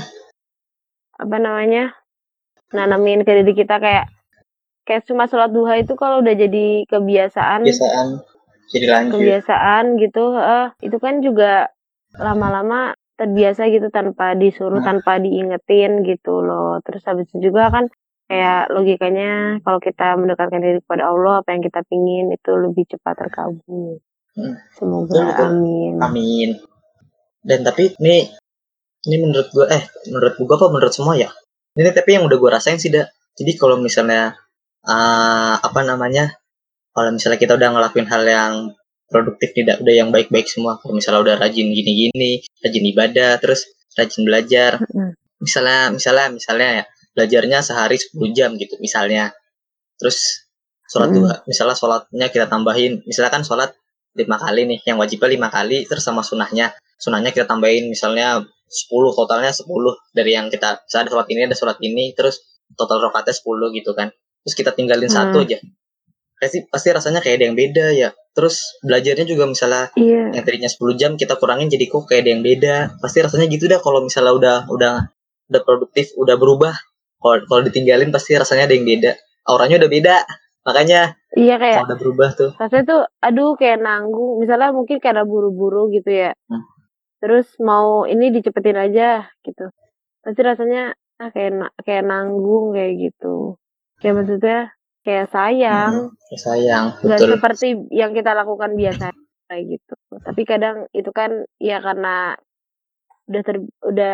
apa namanya nanamin ke diri kita kayak kayak cuma sholat duha itu, kalau udah jadi kebiasaan, kebiasaan jadi lanjut. Kebiasaan gitu, uh, itu kan juga lama-lama terbiasa gitu tanpa disuruh, Hmm. tanpa diingetin gitu loh. Terus habis itu juga kan kayak logikanya kalau kita mendekatkan diri kepada Allah, apa yang kita pingin itu lebih cepat terkabul. Hmm. Semoga Betul, betul. amin. Amin. Dan tapi ini ini menurut gue eh menurut gue apa menurut semua ya? Ini tapi yang udah gue rasain sih dah. Jadi kalau misalnya uh, apa namanya? Kalau misalnya kita udah ngelakuin hal yang produktif, tidak udah yang baik-baik semua. Kalau misalnya udah rajin gini-gini, rajin ibadah, terus rajin belajar. Mm-mm. Misalnya misalnya misalnya ya, belajarnya sehari sepuluh jam gitu misalnya. Terus sholat Mm-mm. duha, misalnya sholatnya kita tambahin, misalkan sholat lima kali nih, yang wajibnya lima kali, terus sama sunahnya, sunahnya kita tambahin misalnya sepuluh, totalnya sepuluh dari yang kita, misalnya ada sholat ini, ada sholat ini, terus total rakaatnya sepuluh gitu kan, terus kita tinggalin Hmm. satu aja, pasti pasti rasanya kayak ada yang beda ya. Terus belajarnya juga misalnya Iya. yang tadinya sepuluh jam kita kurangin jadi kok kayak ada yang beda, pasti rasanya gitu dah. Kalau misalnya udah udah udah produktif, udah berubah, kalau kalau ditinggalin pasti rasanya ada yang beda, auranya udah beda. Makanya Iya, kayak kalau udah berubah tuh rasanya tuh aduh kayak nanggung, misalnya mungkin karena buru-buru gitu ya. Hmm. Terus mau ini dicepetin aja gitu, pasti rasanya ah kayak na- kayak nanggung kayak gitu. Kayak maksudnya kayak sayang, hmm, sayang, nggak betul. seperti yang kita lakukan biasa kayak gitu. Tapi kadang itu kan ya karena udah ter udah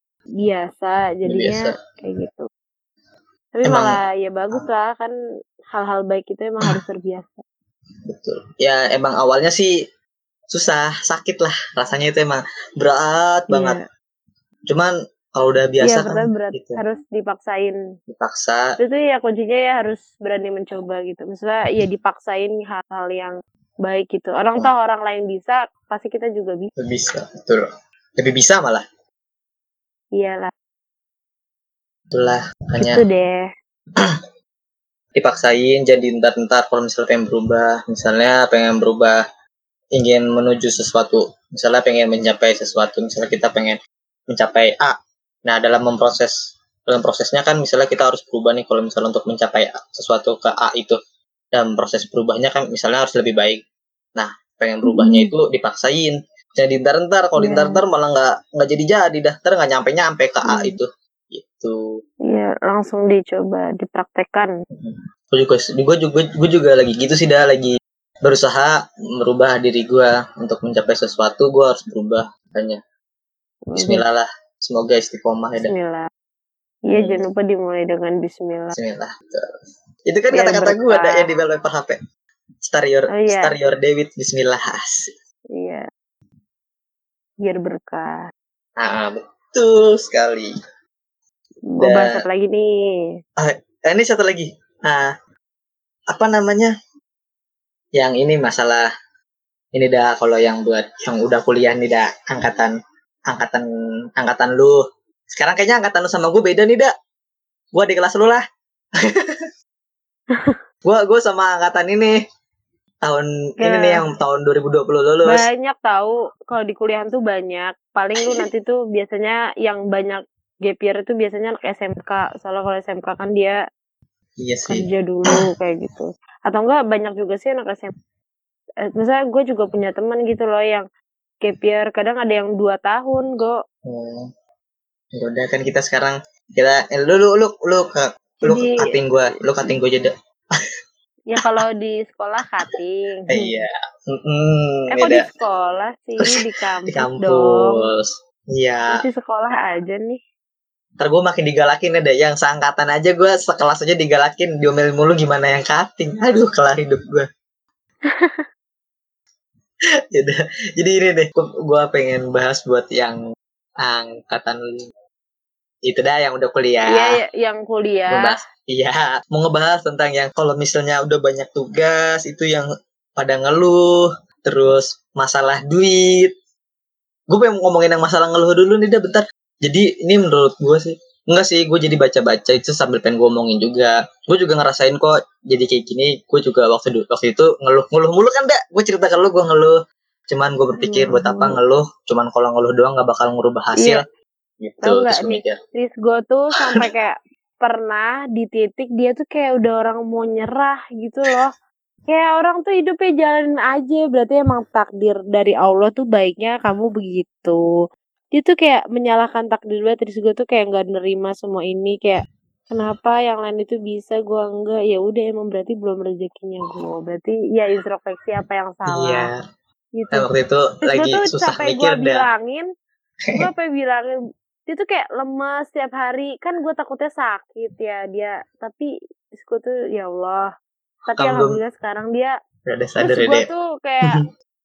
biasa jadinya biasa. kayak gitu. Tapi Emang- malah ya bagus lah kan, hal-hal baik itu emang harus terbiasa. Betul. Ya emang awalnya sih susah, sakit lah rasanya, itu emang berat banget. Iya. Cuman kalau udah biasa Iya, kan pertama berat, gitu, harus dipaksain. dipaksa. Itu ya kuncinya ya harus berani mencoba gitu. Maksudnya ya dipaksain hal-hal yang baik gitu. Orang Hmm. tahu orang lain bisa, pasti kita juga bisa. Lebih bisa, betul. Lebih bisa malah. Iyalah. Itulah hanya Gitu deh. dipaksain, jadi ntar-ntar kalau misalnya pengen berubah, misalnya pengen berubah, ingin menuju sesuatu, misalnya pengen mencapai sesuatu, misalnya kita pengen mencapai A. Nah, dalam memproses dalam prosesnya kan misalnya kita harus berubah nih, kalau misalnya untuk mencapai A, sesuatu ke A itu, dan proses berubahnya kan misalnya harus lebih baik. Nah, pengen berubahnya Mm-hmm. itu dipaksain. Jadi ntar-ntar kalau Yeah. ntar-ntar malah nggak nggak jadi-jadi dah, ntar nggak nyampe-nyampe ke A Mm. itu. Gitu. Iya, langsung dicoba, dipraktekkan. Gue juga, gue juga, gue juga lagi gitu sih dah, lagi berusaha merubah diri gue untuk mencapai sesuatu. Gue harus berubah, hanya. Bismillah lah, semoga istiqomah ya dah. Bismillah. Iya, Hmm. jangan lupa dimulai dengan Bismillah. Bismillah. Itu kan Biar kata-kata gue ada berkah. yang di wallpaper H P. Start your, Oh, iya. start your day with Bismillah. Asik. Iya. Biar berkah. Ah, betul sekali. Mau bahas apa lagi nih? Ah, ini satu lagi. Nah, apa namanya? Yang ini masalah ini dah kalau yang buat yang udah kuliah nih dah angkatan angkatan angkatan lu. Sekarang kayaknya angkatan lu sama gue beda nih dah. Gue di kelas lu lah. Gue gue sama angkatan ini tahun Ya. ini nih yang tahun dua ribu dua puluh lulus. Banyak tahu kalau di kuliahan tuh banyak. Paling lu nanti tuh biasanya yang banyak gap year itu biasanya anak S M K. Soalnya kalau S M K kan dia Iya sih. kerja dulu kayak gitu. Atau enggak banyak juga sih anak S M K. Eh, misalnya gue juga punya teman gitu loh yang gap year. Kadang ada yang dua tahun, Go. Oh. Ya udah kan kita sekarang kita eh, lu lu lu lu ke lu Jadi, cutting gue, lu cutting gue jadi. ya kalau di sekolah cutting. Eh, iya. Mm-mm, Eh kok beda. di sekolah sih? Di kampus, Di kampus. dong. Iya. Masih sekolah aja nih. Ntar gue makin digalakin ya deh. Yang seangkatan aja gue sekelas aja digalakin. Diomelin mulu gimana yang cutting. Aduh kelar hidup gue. Yaudah. Jadi ini deh. Gue pengen bahas buat yang angkatan itu dah yang udah kuliah. Iya, yang kuliah. Ngebahas, iya, mau ngebahas tentang yang kalau misalnya udah banyak tugas itu yang pada ngeluh, terus masalah duit. Gue pengen ngomongin yang masalah ngeluh dulu nih dah bentar. Jadi ini menurut gue sih, enggak sih, gue jadi baca-baca itu sambil pengen gue ngomongin juga. Gue juga ngerasain kok jadi kayak gini. Gue juga waktu waktu itu ngeluh ngeluh mulu kan dah. Gue cerita ke lu gue ngeluh. Cuman gue berpikir buat apa ngeluh? Cuman kalau ngeluh doang nggak bakal ngerubah hasil. Iya. Gitu. Tahu nggak Terus nih, Riz gue tuh sampai kayak pernah di titik dia tuh kayak udah orang mau nyerah gitu loh. Kayak orang tuh hidupnya jalanin aja, berarti emang takdir dari Allah tuh baiknya kamu begitu. Dia tuh kayak menyalahkan takdir gue, terus gue tuh kayak nggak nerima semua ini, kayak kenapa yang lain itu bisa gue enggak. Ya udah emang berarti belum rezekinya gue, berarti ya introspeksi apa yang salah. Iya. Gitu. Nah, waktu itu Terus lagi gue tuh susah sampai mikir gue bilangin, gue apa bilangin dia tuh kayak lemas setiap hari, kan gue takutnya sakit ya dia, tapi terus gue tuh ya Allah, tapi Kamu alhamdulillah sekarang dia udah sadar terus ya gue deh. tuh kayak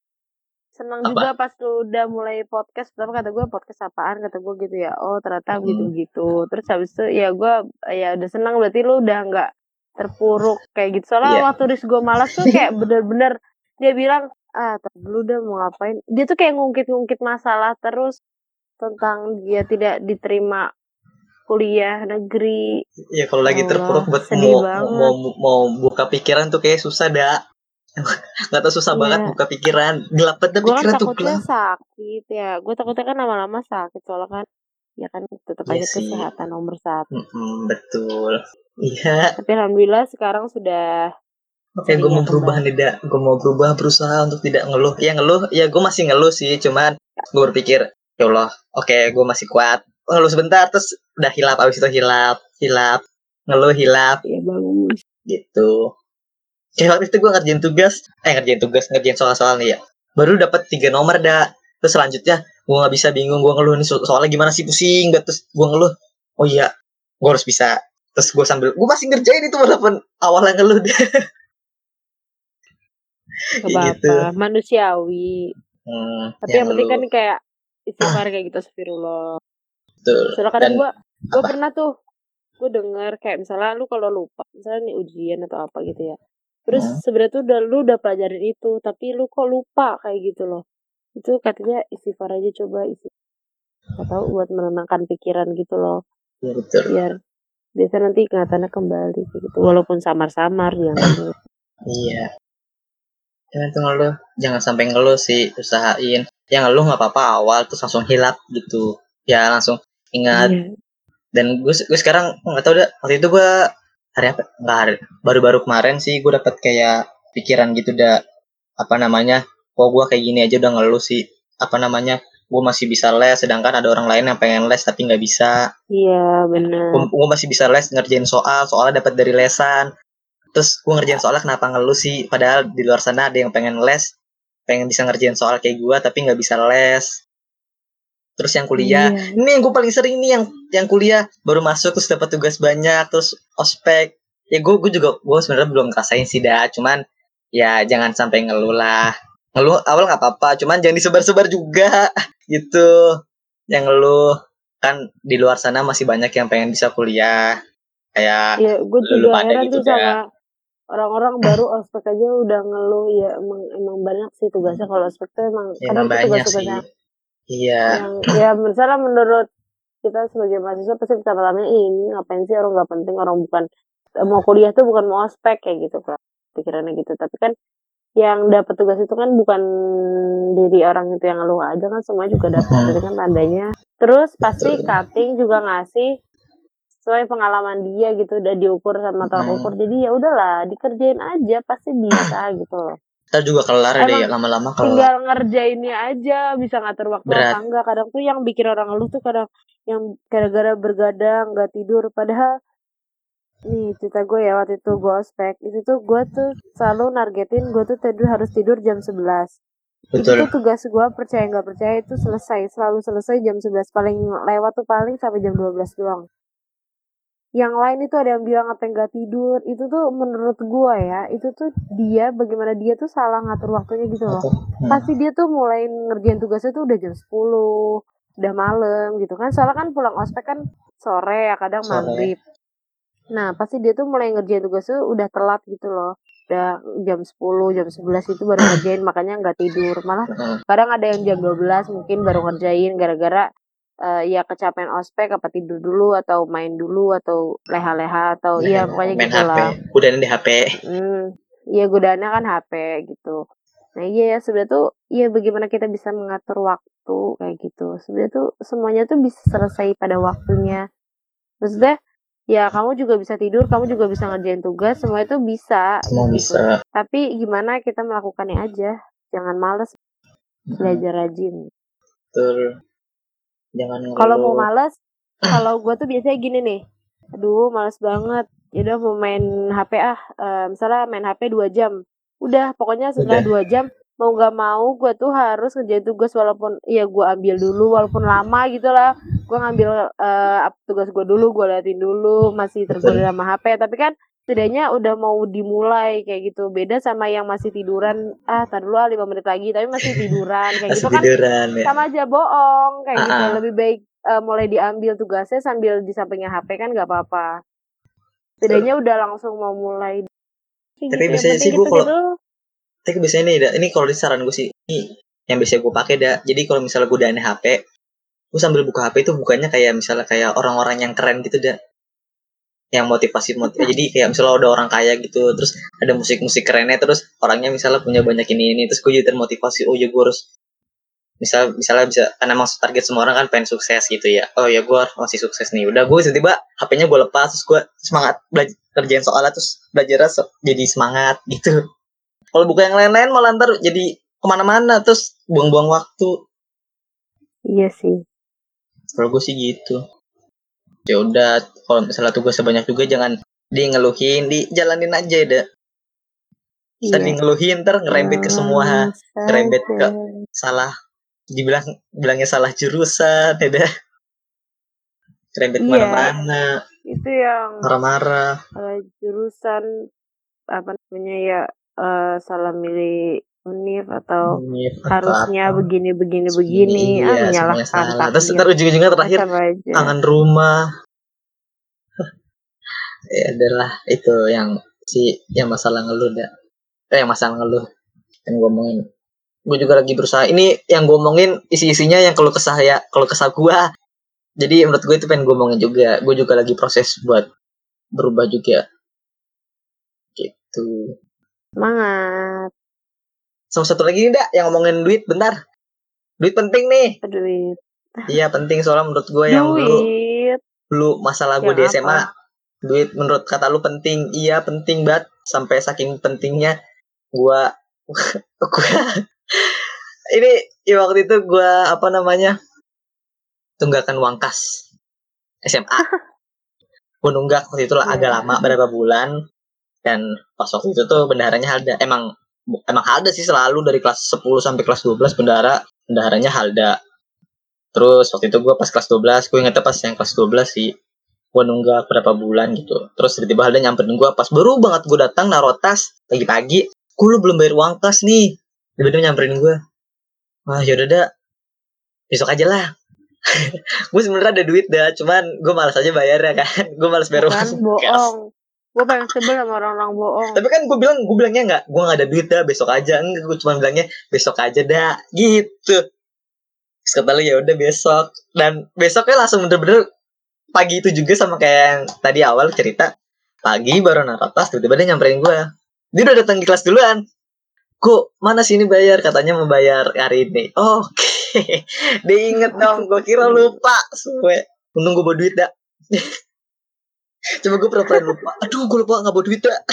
seneng Apa? juga pas lu udah mulai podcast. Pertama kata gue podcast apaan, kata gue gitu ya, oh ternyata gitu gitu. Terus habis itu ya gue ya udah senang, berarti lu udah nggak terpuruk kayak gitu. Soalnya Iya. waktu Riz gue malas tuh kayak bener-bener dia bilang ah tar dulu udah mau ngapain, dia tuh kayak ngungkit-ngungkit masalah terus tentang dia tidak diterima kuliah negeri. Iya kalau lagi Allah, terpuruk buat sedih mau, banget. mau mau buka pikiran tuh kayak susah dah. Nggak tahu susah Iya. banget buka pikiran. Gelap banget Gue kan pikiran tuh takutnya gelap. sakit ya. Gue takutnya kan lama-lama sakit soalnya kan ya kan tetap Iya aja sih. kesehatan nomor satu. Mm-mm, betul. Iya. Tapi alhamdulillah sekarang sudah Oke, gue mau ceria berubah kembali. nih dak. Gue mau berubah, berusaha untuk tidak ngeluh. Ya ngeluh, ya gue masih ngeluh sih. Cuman gue berpikir, ya Allah, oke, gue masih kuat. Ngeluh sebentar, terus udah hilap. Abis itu hilap, hilap, ngeluh hilap. Ya bagus. Gitu. Kayak waktu itu gue ngerjain tugas, eh ngerjain tugas, ngerjain soal-soal nih ya. Baru dapat tiga nomor dah. Terus selanjutnya gue nggak bisa, bingung, gue ngeluh nih so- soalnya gimana sih, pusing gak. Terus gue ngeluh, oh iya, gue harus bisa. Terus gue sambil, gue masih ngerjain itu walaupun awalnya ngeluh deh. Gak apa-apa, gitu. Manusiawi. Hmm, tapi yang penting kan kayak istighfar kayak gitu, astagfirullah. Betul. Soalnya kadang gue gue apa? pernah tuh gue denger kayak misalnya lu kalau lupa, misalnya nih ujian atau apa gitu ya, terus hmm. sebenarnya tuh udah lu udah pelajarin itu tapi lu kok lupa kayak gitu loh, itu katanya istighfar aja, coba istighfar, nggak tahu, buat menenangkan pikiran gitu loh. Ya, betul. Biar biasa nanti ingatannya kembali gitu, walaupun samar-samar jangan. Iya. Jangan tuh ngeluh, jangan sampai ngeluh sih, usahain. Yang ngeluh nggak apa-apa awal terus langsung hilap gitu, ya langsung ingat. Iya. Dan gue gue sekarang nggak tahu dah, waktu itu gue hari apa nggak hari baru-baru kemarin sih gue dapat kayak pikiran gitu dah, apa namanya, kok gue kayak gini aja udah ngeluh sih, apa namanya, gue masih bisa les sedangkan ada orang lain yang pengen les tapi nggak bisa. Iya benar. Gue, gue masih bisa les, ngerjain soal soalnya dapat dari lesan. Terus gue ngerjain soalnya kenapa ngeluh sih, padahal di luar sana ada yang pengen les, pengen bisa ngerjain soal kayak gue tapi nggak bisa les. Terus yang kuliah, iya. Ini yang gue paling sering nih, yang yang kuliah baru masuk terus dapat tugas banyak, terus ospek. Ya gue gue juga gue sebenarnya belum ngerasain sih dah, cuman ya jangan sampai ngeluh lah. Ngeluh awal nggak apa-apa, cuman jangan disebar-sebar juga gitu. Yang ngeluh kan di luar sana masih banyak yang pengen bisa kuliah kayak ya gue lu juga pada heran gitu tuh sama dah. orang-orang baru ospek aja udah ngeluh ya emang emang banyak sih tugasnya kalau ospek tuh emang Ya, kadang emang tuh banyak tugas-tugas sih. yang Iya. yang ya misalnya menurut kita sebagai mahasiswa pasti pertamanya ini ngapain sih orang nggak penting orang bukan mau kuliah tuh bukan mau ospek kayak gitu kan pikirannya gitu tapi kan yang dapat tugas itu kan bukan diri orang itu yang ngeluh aja kan semua juga dapat Mhm. berarti kan tandanya terus pasti Betul. cutting juga ngasih sesuai pengalaman dia gitu udah diukur sama tolak Mhm. ukur jadi ya udahlah dikerjain aja pasti bisa gitu loh Ntar juga kelar deh emang ya lama-lama kelar. tinggal ngerjainnya aja bisa ngatur waktu Berat. apa enggak kadang tuh yang bikin orang ngeluh tuh kadang yang gara-gara bergadang nggak tidur padahal nih cerita gue ya waktu itu gue ospek itu tuh gue tuh selalu nargetin gue tuh tidur harus tidur jam sebelas itu Betul. tuh tugas gue percaya nggak percaya itu selesai selalu selesai jam sebelas paling lewat tuh paling sampai jam dua belas doang yang lain itu ada yang bilang apa nggak tidur itu tuh menurut gue ya itu tuh dia bagaimana dia tuh salah ngatur waktunya gitu loh Hmm. pasti dia tuh mulai ngerjain tugasnya tuh udah jam sepuluh udah malam gitu kan soalnya kan pulang ospek kan sore ya kadang Sore. maghrib nah pasti dia tuh mulai ngerjain tugasnya udah telat gitu loh udah jam sepuluh jam sebelas itu baru ngerjain makanya nggak tidur malah Hmm. kadang ada yang jam dua belas mungkin baru ngerjain gara-gara uh, ya kecapean ospek apa tidur dulu atau main dulu atau leha-leha atau iya pokoknya Main gitu H P. lah Udah di H P. hmm, iya godaannya kan H P gitu nah iya ya sebenarnya tuh iya bagaimana kita bisa mengatur waktu kayak gitu sebenarnya tuh semuanya tuh bisa selesai pada waktunya maksudnya ya kamu juga bisa tidur kamu juga bisa ngerjain tugas semua itu bisa Semua gitu bisa. tapi gimana kita melakukannya aja jangan males belajar rajin Betul. Jangan kalau mau ngeluh. males kalau gue tuh biasanya gini nih aduh males banget ya udah mau main H P ah uh, misalnya main H P dua jam udah pokoknya setelah Udah. dua jam mau nggak mau gue tuh harus ngerjain tugas walaupun ya gue ambil dulu walaupun lama gitu lah gue ngambil uh, tugas gue dulu gue liatin dulu masih tergoda sama H P tapi kan setidaknya udah mau dimulai kayak gitu beda sama yang masih tiduran ah tar dulu ah lima menit lagi tapi masih tiduran kayak Masih gitu kan tiduran, ya. sama aja bohong kayak Ah, gitu ah. lebih baik uh, mulai diambil tugasnya sambil di sampingnya H P kan nggak apa-apa setidaknya udah langsung mau mulai kayak Tapi gitu yang biasanya penting sih gue gitu kalau gitu tapi biasanya nih dah, ini kalau di saran gue sih ini yang biasa gue pakai dah. Jadi kalau misalnya gue udah H P, gue sambil buka H P itu bukannya kayak misalnya kayak orang-orang yang keren gitu dah. Yang motivasi motivasi. Jadi kayak misalnya ada orang kaya gitu, terus ada musik-musik kerennya, terus orangnya misalnya punya banyak ini ini, terus gue jadi termotivasi. Oh ya gue harus misal misalnya bisa kan emang target semua orang kan pengen sukses gitu ya. Oh ya gue masih sukses nih. Udah gue tiba-tiba H P-nya gue lepas, terus gue semangat belajar kerjain soalnya, terus belajarnya jadi semangat gitu. Kalau buka yang lain-lain malah ntar jadi kemana-mana terus buang-buang waktu. iya sih Kalau gue sih gitu. Ya udah, kalau misalnya tugas sebanyak juga jangan di ngeluhin, dijalanin aja deh. Ntar iya di ngeluhin, ntar ngerembet ke semua, ngerembet ke salah, dibilang bilangnya salah jurusan, ya deh. Ngerembet iya kemana-mana, itu yang marah-marah. uh, jurusan apa namanya ya uh, salah milih univ atau Ini harusnya apa? begini begini Segini, begini ah iya, semuanya menyalahkan salah. Terus takdir ntar ujung-ujungnya terakhir sama aja kangen rumah. Ya adalah itu yang si yang masalah ngeluh dah. Eh yang masalah ngeluh yang ngomongin. Gue juga lagi berusaha. Ini yang gue omongin isi-isinya yang kalau kesah ya, kalau kesah gue. Jadi menurut gue itu pengen gue omongin juga. Gue juga lagi proses buat berubah juga. Gitu. semangat Sama satu lagi nih dah yang ngomongin duit bentar. Duit penting nih. duit Iya penting soalnya menurut gue yang dulu duit dulu masalah gue yang di S M A. apa Duit menurut kata lu penting. Iya penting banget. Sampai saking pentingnya gue gue ini ya waktu itu gue apa namanya tunggakan uang kas S M A. Gue nunggak waktu itu lah agak yeah. lama berapa bulan, dan pas waktu itu tuh bendaharanya Halda. Emang emang Halda sih selalu dari kelas sepuluh sampai kelas dua belas bendahara bendaharanya Halda. Terus waktu itu gue pas kelas dua belas, gue ingetnya pas yang kelas dua belas sih, gue nunggak berapa bulan gitu. Terus tiba-tiba Halda nyamperin gue pas baru banget gue datang naruh tas pagi-pagi, gue lu belum bayar uang kas nih. Tiba-tiba nyamperin gue, wah yaudah dah besok aja lah. Gue sebenarnya ada duit dah, cuman gue malas aja bayar ya kan. Gue malas bayar Bukan uang bohong. Gue paling sebel sama orang-orang bohong. Tapi kan gue bilang, gue bilangnya nggak, gue nggak ada duit dah, besok aja. Enggak, gue cuma bilangnya besok aja dah, gitu. Terus kata lu ya udah besok. Dan besoknya langsung bener-bener pagi itu juga sama kayak yang tadi awal cerita. Pagi baru naruh tas, tiba-tiba dia nyamperin gue. Dia udah datang di kelas duluan. Kok mana sih ini bayar? Katanya mau bayar hari ini. Oh, oke. Okay. Dia inget dong. Gue kira lupa. Suwe. Untung gue bawa duit dah. Coba gue pura-pura lupa. Aduh, gue lupa gak bawa duit dah.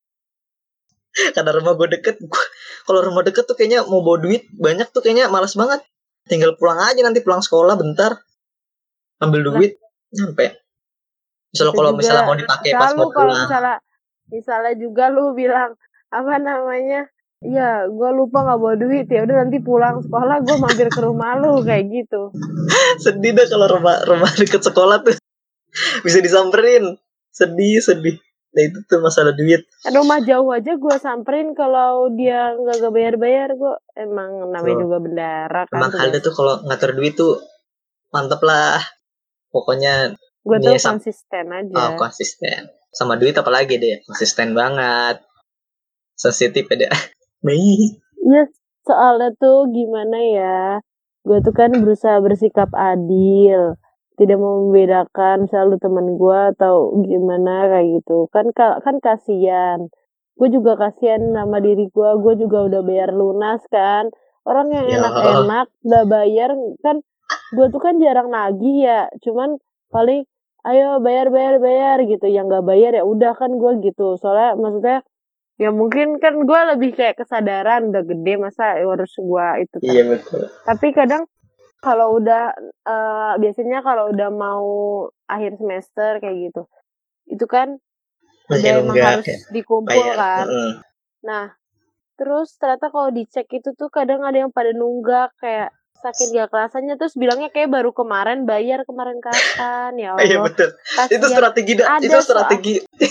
Karena rumah gue deket. Kalau rumah deket tuh kayaknya mau bawa duit banyak tuh kayaknya malas banget. Tinggal pulang aja nanti pulang sekolah bentar. Ambil duit. Nah, nyampe. Misalnya kalau misalnya mau dipakai pas mau pulang. Kalau misalnya, misalnya juga lu bilang apa namanya? Iya, gue lupa nggak bawa duit, ya udah nanti pulang sekolah gue mampir ke rumah lu kayak gitu. Sedih dah kalau rumah rumah deket sekolah tuh bisa disamperin. Sedih sedih. Nah itu tuh masalah duit. Rumah jauh aja gue samperin kalau dia nggak bayar-bayar, gue emang namanya oh. juga bendara kan. Emang Halda tuh kalau ngatur duit tuh mantep lah. Pokoknya gue tuh konsisten aja. Oh konsisten. Sama duit apalagi deh, konsisten banget. Sensitif ya deh. Iya, soalnya tuh gimana ya, gue tuh kan berusaha bersikap adil, tidak mau membedakan selalu teman gue atau gimana kayak gitu. Kan kan kasihan. Gue juga kasihan sama diri gue, gue juga udah bayar lunas kan. Orang yang enak-enak udah bayar kan, gue tuh kan jarang nagih ya, cuman paling ayo bayar bayar bayar gitu. Yang nggak bayar ya udah kan gue gitu. Soalnya maksudnya ya mungkin kan gue lebih kayak kesadaran udah gede masa harus gue itu kan. Iya betul. Tapi kadang kalau udah uh, biasanya kalau udah mau akhir semester kayak gitu, itu kan masih udah emang harus ya? Dikumpul bayar. Kan. Uh-uh. Nah terus ternyata kalau dicek itu tuh kadang ada yang pada nunggak kayak sakit gak kelasannya, terus bilangnya kayak baru kemarin bayar kemarin kapan ya Allah. Iya betul. Kasian. Itu strategi dah. Itu strategi.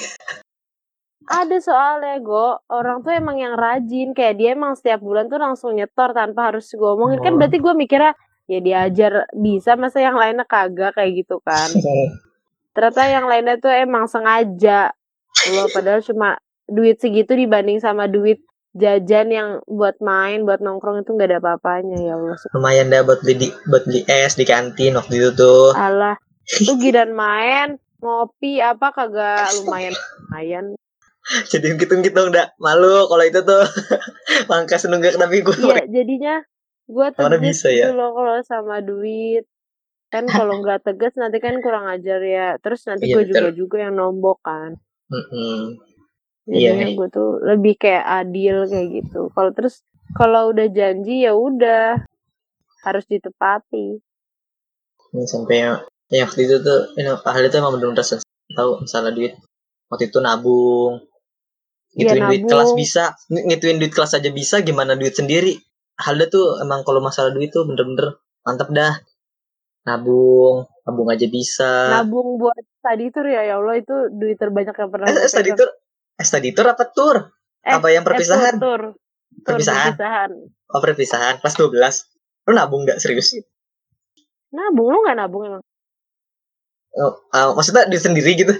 Ada soalnya Go, orang tuh emang yang rajin, kayak dia emang setiap bulan tuh langsung nyetor tanpa harus gue omongin. Oh. Kan berarti gue mikirnya ya diajar bisa, masa yang lainnya kagak kayak gitu kan. Ternyata yang lainnya tuh emang sengaja loh, padahal cuma duit segitu dibanding sama duit jajan yang buat main, buat nongkrong itu gak ada apa-apanya ya Allah. Lumayan dah buat beli, buat beli es di kantin waktu itu tuh. Alah, tuh gidan main, ngopi apa kagak lumayan lumayan. Jadi ungkit-ungkit dong, dak. Malu kalau itu tuh pangkas nunggak tapi gue. Iya, jadinya gue tegas gitu ya? Loh kalau sama duit. Kan kalau nggak tegas nanti kan kurang ajar ya. Terus nanti iya, gue juga juga yang nombok kan. Mm-hmm. Jadinya iya. Gue tuh lebih kayak adil kayak gitu. Kalau terus kalau udah janji ya udah harus ditepati. Ini sampai yang, yang waktu itu tuh, ini hal itu emang benar-benar tahu misalnya duit waktu itu nabung. Ngituin ya, duit kelas bisa, ngituin duit kelas aja bisa, gimana duit sendiri. Halda tuh emang kalau masalah duit tuh bener-bener mantep dah. Nabung, nabung aja bisa. Nabung buat study tour ya, ya Allah itu duit terbanyak yang pernah eh, gue study tour, eh, study tour apa tour? Eh, apa yang perpisahan? Eh, tour, tour. Perpisahan. perpisahan. Oh perpisahan, kelas dua belas. Lu nabung gak serius? Nabung, lu gak nabung emang? Oh, uh, maksudnya duit sendiri gitu?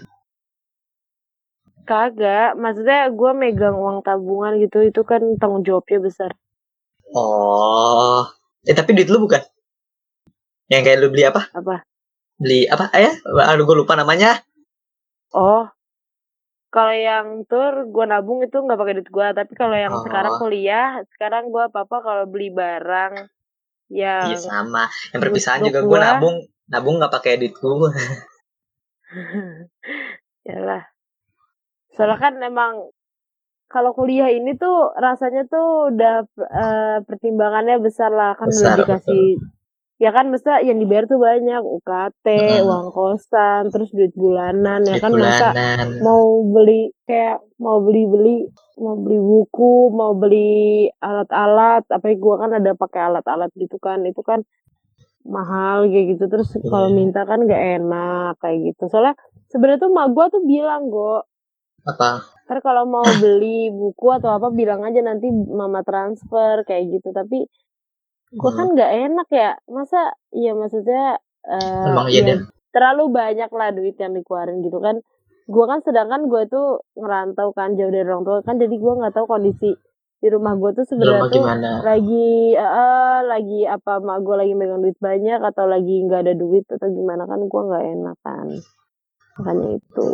Kagak, maksudnya gue megang uang tabungan gitu, itu kan tanggung jawabnya besar. Oh, eh tapi duit lu bukan? Yang kayak lu beli apa? Apa? Beli apa? Eh, aduh gue lupa namanya. Oh, kalau yang tur gue nabung itu nggak pakai duit gue, tapi kalau yang oh. sekarang kuliah, sekarang gue apa-apa kalau beli barang, ya. Iya sama. Yang perpisahan juga gue nabung, nabung nggak pakai duit gue. Yalah. Soalnya kan emang kalau kuliah ini tuh rasanya tuh udah uh, pertimbangannya besar lah kan, besar, udah dikasih betul. Ya kan mesti yang dibayar tuh banyak U K T, hmm. uang kosan, terus duit bulanan duit ya kan bulanan. Masa mau beli kayak mau beli-beli mau beli buku, mau beli alat-alat, apalagi gua kan ada pakai alat-alat gitu kan, itu kan mahal kayak gitu, terus yeah. Kalau minta kan gak enak kayak gitu. Soalnya sebenarnya tuh mak gua tuh bilang Go apa? Ntar kalau mau beli buku atau apa bilang aja nanti mama transfer kayak gitu. Tapi gue hmm. kan nggak enak ya. Masa ya maksudnya uh, Emang iya ya deh. terlalu banyak lah duit yang dikeluarin gitu kan. Gue kan sedangkan gue tuh ngerantau kan jauh dari orang tua kan, jadi gue nggak tahu kondisi di rumah gue tuh sebenarnya tuh Gimana? lagi uh, lagi apa mak gue lagi megang duit banyak atau lagi nggak ada duit atau gimana kan, gue nggak enak kan. Makanya itu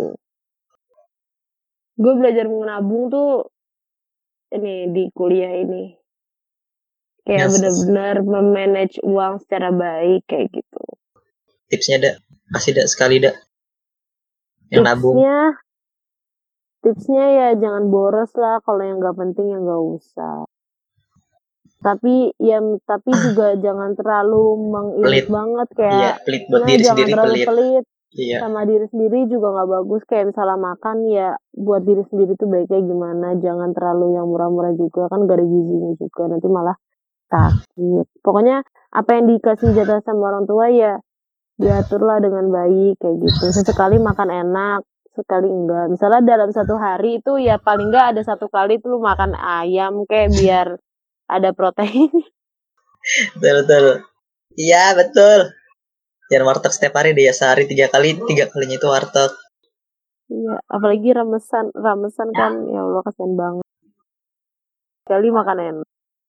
gue belajar menabung tuh ini di kuliah ini kayak Yes, benar-benar memanage uang secara baik kayak gitu. Tipsnya dak, kasih dak sekali dak. Yang nabung. Tipsnya, tipsnya ya jangan boros lah, kalau yang nggak penting ya nggak usah. Tapi ya tapi juga jangan terlalu mengirit Pelit. banget Iya, kayak pelit buat nah, diri jangan sendiri terlalu pelit. pelit. Iya. Sama diri sendiri juga nggak bagus, kayak misalnya makan ya buat diri sendiri tuh baiknya gimana, jangan terlalu yang murah-murah juga kan, gak ada gizinya juga, nanti malah sakit. Pokoknya apa yang dikasih jatah sama orang tua ya diaturlah dengan baik kayak gitu. Sesekali makan enak, sekali enggak. Misalnya dalam satu hari itu ya paling enggak ada satu kali tuh lu makan ayam kayak biar ada protein. Betul betul. Iya betul. Jangan warteg setiap hari deh ya, sehari tiga kali, tiga kalinya itu warteg. Iya, apalagi ramesan, ramesan kan ya Allah kasihan banget. Sekali makan enak.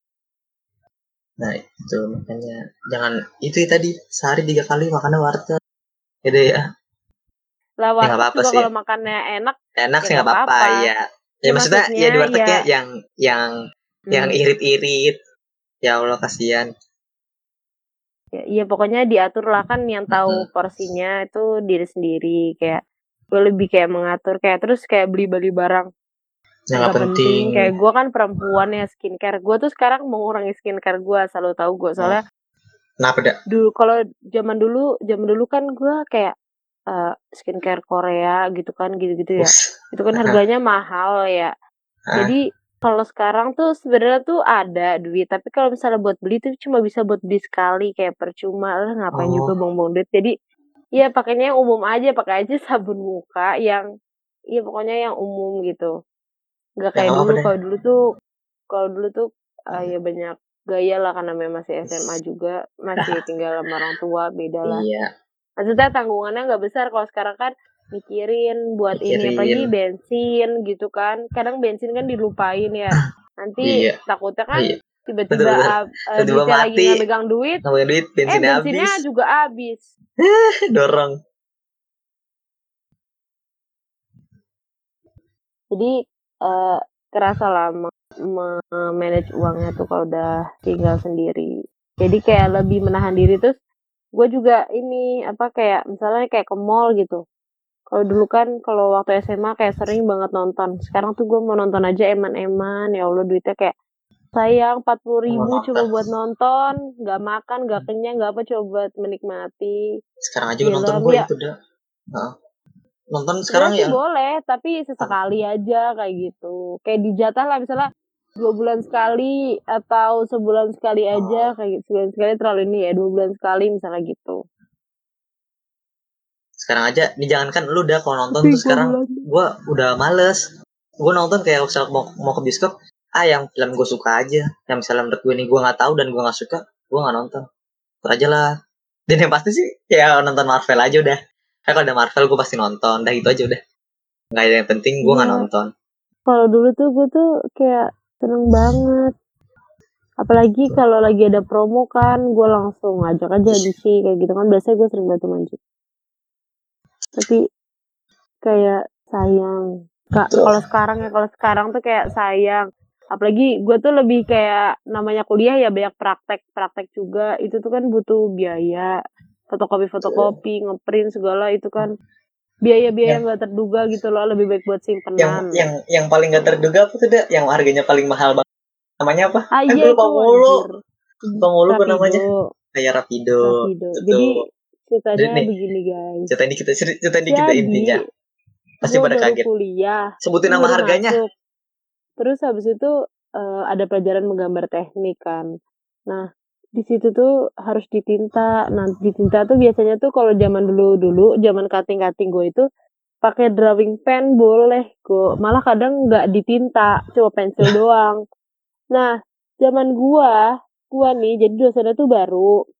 Nah itu makanya jangan itu ya, tadi sehari tiga kali makannya warteg. Gitu ya. Lah Ya nggak warteg apa-apa juga sih. kalau makannya enak Enak ya sih nggak nggak apa-apa apa-apa. ya. Ya, Ya maksudnya, maksudnya ya di wartegnya ya yang yang yang hmm, irit-irit. Ya Allah kasihan. ya, ya pokoknya diatur lah kan, yang tahu Mm-mm. porsinya itu diri sendiri. Kayak gue lebih kayak mengatur kayak terus kayak beli-beli barang Yang yang nggak gak penting. penting. Kayak gue kan perempuan ya, skincare gue tuh sekarang mengurangi skincare gue, selalu tahu gue soalnya Kenapa dak? dulu kalau zaman dulu zaman dulu kan gue kayak uh, skincare Korea gitu kan, gitu-gitu ya, Us. itu kan harganya mahal ya. Ah. Jadi kalau sekarang tuh sebenarnya tuh ada duit, tapi kalau misalnya buat beli tuh cuma bisa buat beli sekali, kayak percuma lah, ngapain Oh. juga buang-buang duit. Jadi ya pakainya yang umum aja, pakai aja sabun muka yang iya pokoknya yang umum gitu. Nggak Ya kayak nggak apa-apa dulu. deh. Kalau dulu tuh kalau dulu tuh uh, ya banyak gaya lah, karena memang masih S M A juga, masih tinggal sama orang tua, beda lah. Iya. Maksudnya tanggungannya nggak besar. Kalau sekarang kan mikirin buat ini, apalagi Mikirin. bensin gitu kan. Kadang bensin kan dilupain ya. Nanti Iya. takutnya kan Iya. Betul tiba-tiba betul. uh, uh, Tiba-tiba duitnya lagi mati. nggak megang duit, Nggak punya duit, eh bensinnya bensinnya habis. juga habis. Dorong. Jadi uh, kerasa lah manage uangnya tuh kalau udah tinggal sendiri. Jadi kayak lebih menahan diri. Terus gue juga ini apa kayak misalnya kayak ke mall gitu. Kalau dulu kan kalau waktu S M A kayak sering banget nonton. Sekarang tuh gue mau nonton aja eman-eman. Ya Allah duitnya kayak sayang empat puluh ribu coba buat nonton, nggak makan, nggak kenyang, nggak apa, coba buat menikmati Sekarang aja gue nonton film gue ya. itu dah. Nah, nonton sekarang Sebenarnya sih yang boleh, tapi sesekali aja kayak gitu. Kayak dijatah lah misalnya dua bulan sekali atau sebulan sekali aja, kayak gitu. Sebulan sekali terlalu ini ya, dua bulan sekali misalnya gitu. Sekarang aja, nih jangankan lu udah kalau nonton tuh sekarang gue udah males. Gue nonton kayak usah mau mau ke bioskop, ah yang film gue suka aja. Yang misalnya menurut gue nih gue nggak tahu dan gue nggak suka, gue nggak nonton. Itu aja lah. Dan yang pasti sih ya nonton Marvel aja udah. Kayak kalau ada Marvel gue pasti nonton, dah itu aja udah. Nggak ada yang penting gue nggak Iya. nonton. Kalau dulu tuh gue tuh kayak seneng banget. Apalagi kalau lagi ada promo kan, gue langsung ngajak aja D C kayak gitu kan. Biasanya gue sering bantu manji. Tapi kayak sayang. Kak, kalau sekarang ya, kalau sekarang tuh kayak sayang. Apalagi gue tuh lebih kayak namanya kuliah ya banyak praktek-praktek juga. Itu tuh kan butuh biaya. Fotokopi-fotokopi, ngeprint segala itu kan biaya-biaya nggak yang terduga gitu loh. Lebih baik buat simpenan. Yang yang yang paling nggak terduga apa tuh dah? Yang harganya paling mahal banget. Namanya apa? Ah eh, iya lupa itu mulu. anjir. Lupa mulu apa namanya? Rapido. Kayak Rapido. Rapido. Jadi ceritanya nih, begini guys. cerita ini kita cerita ini kita intinya. Pasti pada baru kaget. Kuliah. Sebutin nama harganya. Masuk. Terus habis itu uh, ada pelajaran menggambar teknik kan. Nah, di situ tuh harus ditinta. Nah, ditinta tuh biasanya tuh kalau zaman dulu-dulu, zaman cutting-cutting gue itu pakai drawing pen boleh gue. Malah kadang nggak ditinta, cuma pensil doang. Nah, zaman gua, gua nih jadi dosennya tuh baru.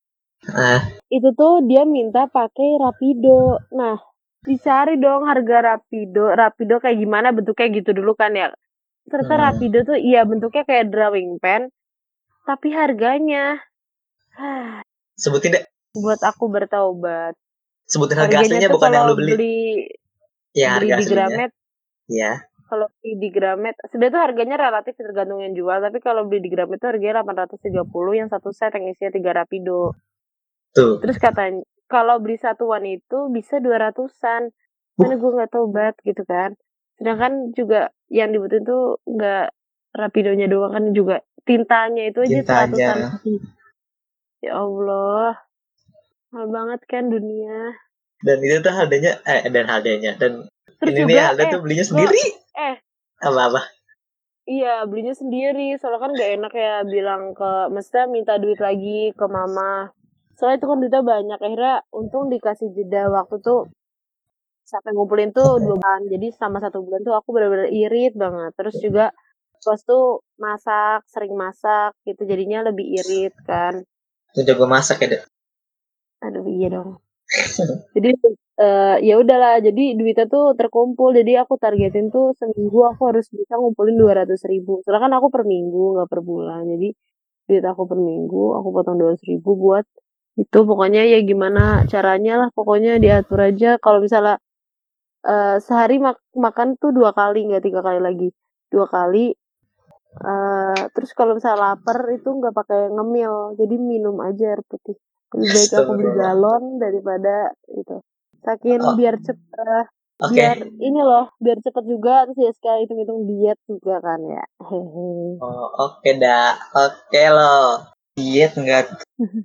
Ah. Itu tuh dia minta pakai Rapido. Nah, dicari dong harga Rapido. Rapido kayak gimana bentuknya gitu dulu kan ya. Ternyata Hmm. Rapido tuh iya bentuknya kayak drawing pen, tapi harganya Sebutin deh. buat aku bertaubat. Sebutin harga Harganya aslinya tuh bukan yang kalau lu beli. beli Ya, beli harga di aslinya. Gramet, Ya. kalau beli di Gramet, sebenarnya tuh harganya relatif tergantung yang jual, tapi kalau beli di Gramet tuh harganya delapan ratus tiga puluh yang satu set yang isinya tiga Rapido. Tuh. Terus katanya kalau beli satuan itu bisa dua ratusan. Mana gue nggak taubat gitu kan. Sedangkan juga yang dibutuhin tuh nggak Rapidonya doang kan, juga tintanya itu aja seratusan Tintanya. lebih. Ya Allah, mahal banget kan dunia. Dan itu tuh harganya eh dan harganya dan Terus ini nih juga Alda eh tuh belinya gue sendiri. eh Apa-apa? iya belinya sendiri. Soalnya kan gak enak ya bilang ke, mestinya minta duit lagi ke mama. Soalnya itu kan duitnya banyak. Akhirnya untung dikasih jeda waktu tuh sampai ngumpulin tuh dua bulan. Jadi selama satu bulan tuh aku benar-benar irit banget. Terus juga pas tuh masak, sering masak gitu, jadinya lebih irit kan. Tuh jago masak ya, Dek. Aduh iya dong. Jadi uh, ya udahlah, jadi duitnya tuh terkumpul. Jadi aku targetin tuh seminggu aku harus bisa ngumpulin dua ratus ribu. Soalnya kan aku per minggu nggak per bulan. Jadi duit aku per minggu aku potong dua ratus ribu buat itu. Pokoknya ya gimana caranya lah, pokoknya diatur aja. Kalau misalnya uh, sehari mak- makan tuh dua kali, nggak tiga kali lagi, dua kali. Uh, terus kalau misalnya lapar itu nggak pakai ngemil, jadi minum aja air putih. Lebih baik aku beli Astagfirullah. galon daripada itu. Saking Oh, biar cepet, oke. biar ini loh, biar cepet juga. Terus ya sekali hitung-hitung diet juga kan ya. Hehe. Oh, oke dah. Oke loh. Diet enggak.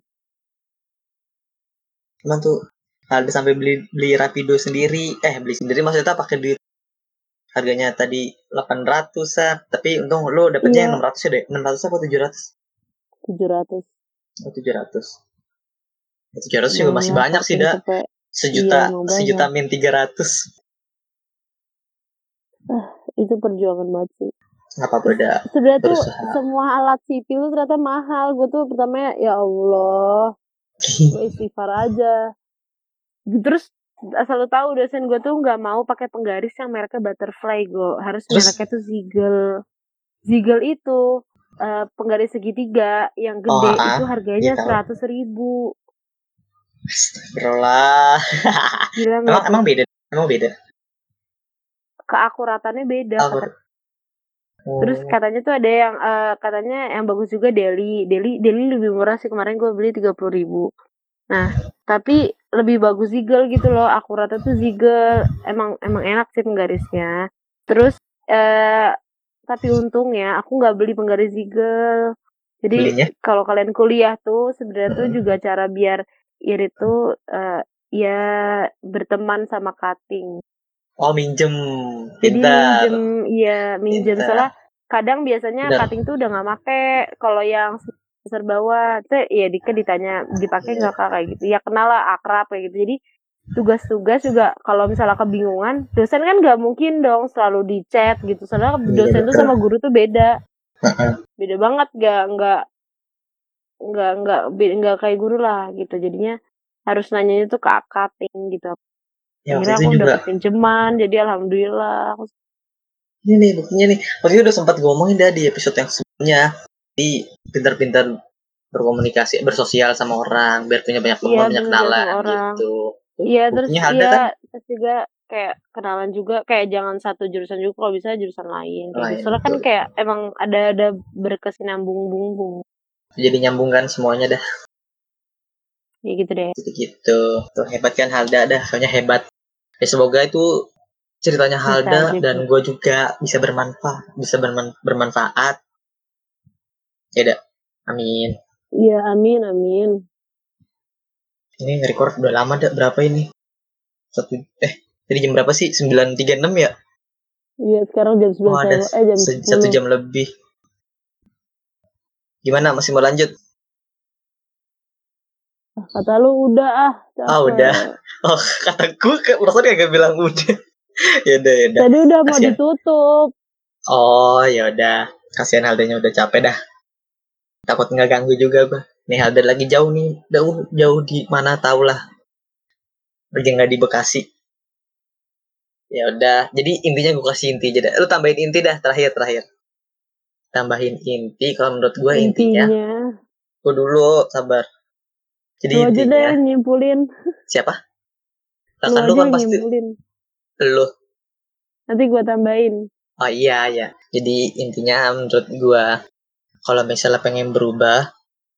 Emang tuh Alda sampai beli beli Rapido sendiri. Eh, beli sendiri maksudnya pakai duit harganya tadi delapan ratusan, tapi untung lo dapetnya yang Iya, enam ratus ya, Dek. enam ratus apa tujuh ratus? tujuh ratus. Oh, tujuh ratus. Ya, tujuh ratus juga Lumayan masih lah, banyak sih, saking Dak. cepet. Iya, Sejuta emang sejuta banyak. min tiga ratus. Ah, itu perjuangan banget sih. Enggak apa-apa, Dak. Sebenarnya tuh Berusaha. semua alat sipil tuh ternyata mahal. Gue tuh pertama ya Allah, gue istighfar aja. Terus asal lo tahu dosen gue tuh nggak mau pakai penggaris yang mereknya Butterfly, gue harus Terus mereknya tuh Ziegel. Ziegel itu uh, penggaris segitiga yang oh, gede ah, itu harganya gitu. seratus ribu. Astagfirullah. Gila emang nggak tuh? emang beda. Emang beda. Keakuratannya beda. Oh, Kata. oh. Terus katanya tuh ada yang uh, katanya yang bagus juga Deli. Deli Deli lebih murah sih, kemarin gue beli tiga puluh ribu. Nah, tapi lebih bagus Ziegel gitu loh, akuratnya tuh Ziegel. Emang emang enak sih penggarisnya. Terus eh tapi untungnya aku nggak beli penggaris Ziegel. Jadi Belinya? kalau kalian kuliah tuh sebenarnya tuh Mm-mm. juga cara biar irit tuh uh, ya berteman sama cutting. Oh, minjem. Jadi Pintar. minjem, iya minjem. Pintar. Soalnya kadang biasanya Bener. cutting tuh udah nggak make. Kalau yang semester bawah, tuh ya Dika ditanya dipakai nggak kak kayak gitu. Ya kenal lah, akrab kayak gitu. Jadi tugas-tugas juga kalau misalnya kebingungan, dosen kan nggak mungkin dong selalu di chat gitu. Soalnya dosen tuh sama guru tuh beda, beda banget. Nggak nggak nggak nggak nggak kayak guru lah gitu. Jadinya harus nanyanya tuh ke cutting gitu. Ya, waktu Akhirnya itu aku juga. dapet pinjaman, jadi alhamdulillah. Aku... Ini nih buktinya nih. Waktu itu udah sempat ngomongin dah di episode yang sebelumnya. Di pintar-pintar berkomunikasi, bersosial sama orang, biar punya banyak teman, Iya, banyak bener kenalan sama orang. gitu. Iya, terus Buktinya Halda iya, kan terus juga kayak kenalan juga, kayak jangan satu jurusan juga, kalau bisa jurusan lain kayak gitu. lain Soalnya kan tuh. kayak emang ada ada berkesinambung-bung. Jadi nyambung kan semuanya dah. Ya gitu deh. Gitu gitu. Tuh hebat kan Halda dah, soalnya hebat. Ya semoga itu ceritanya Halda Bisa dan juga. gue juga bisa bermanfaat, bisa berman- bermanfaat. Ya dah. Amin. Iya, amin, amin. Ini record udah lama dah, berapa ini? Satu eh tadi jam berapa sih? sembilan tiga puluh enam ya? Iya, sekarang jam Oh, ada sebelas, eh jam se- sepuluh. satu jam lebih. Gimana, masih mau lanjut? Kata lu udah ah, capek. Ah udah. Oh kataku kayak perasaan kagak bilang udah. Yaudah yaudah. Tadi udah mau Kasian. ditutup. Oh yaudah. Kasihan Haldanya udah capek dah. Takut nggak ganggu juga gue. nih Halda lagi jauh nih, jauh jauh di mana tau lah, lagi nggak di Bekasi. Ya udah, jadi intinya gue kasih inti aja dah. Lu tambahin inti dah, terakhir terakhir. Tambahin inti, kalau menurut gue intinya. Intinya. Gue dulu sabar. Jadi Lu aja intinya. deh nyimpulin. Siapa? Lu Kan aja lu kan yang pasti. nyimpulin. Lu. Nanti gue tambahin. Oh iya ya. Jadi intinya menurut gue, kalau misalnya pengen berubah,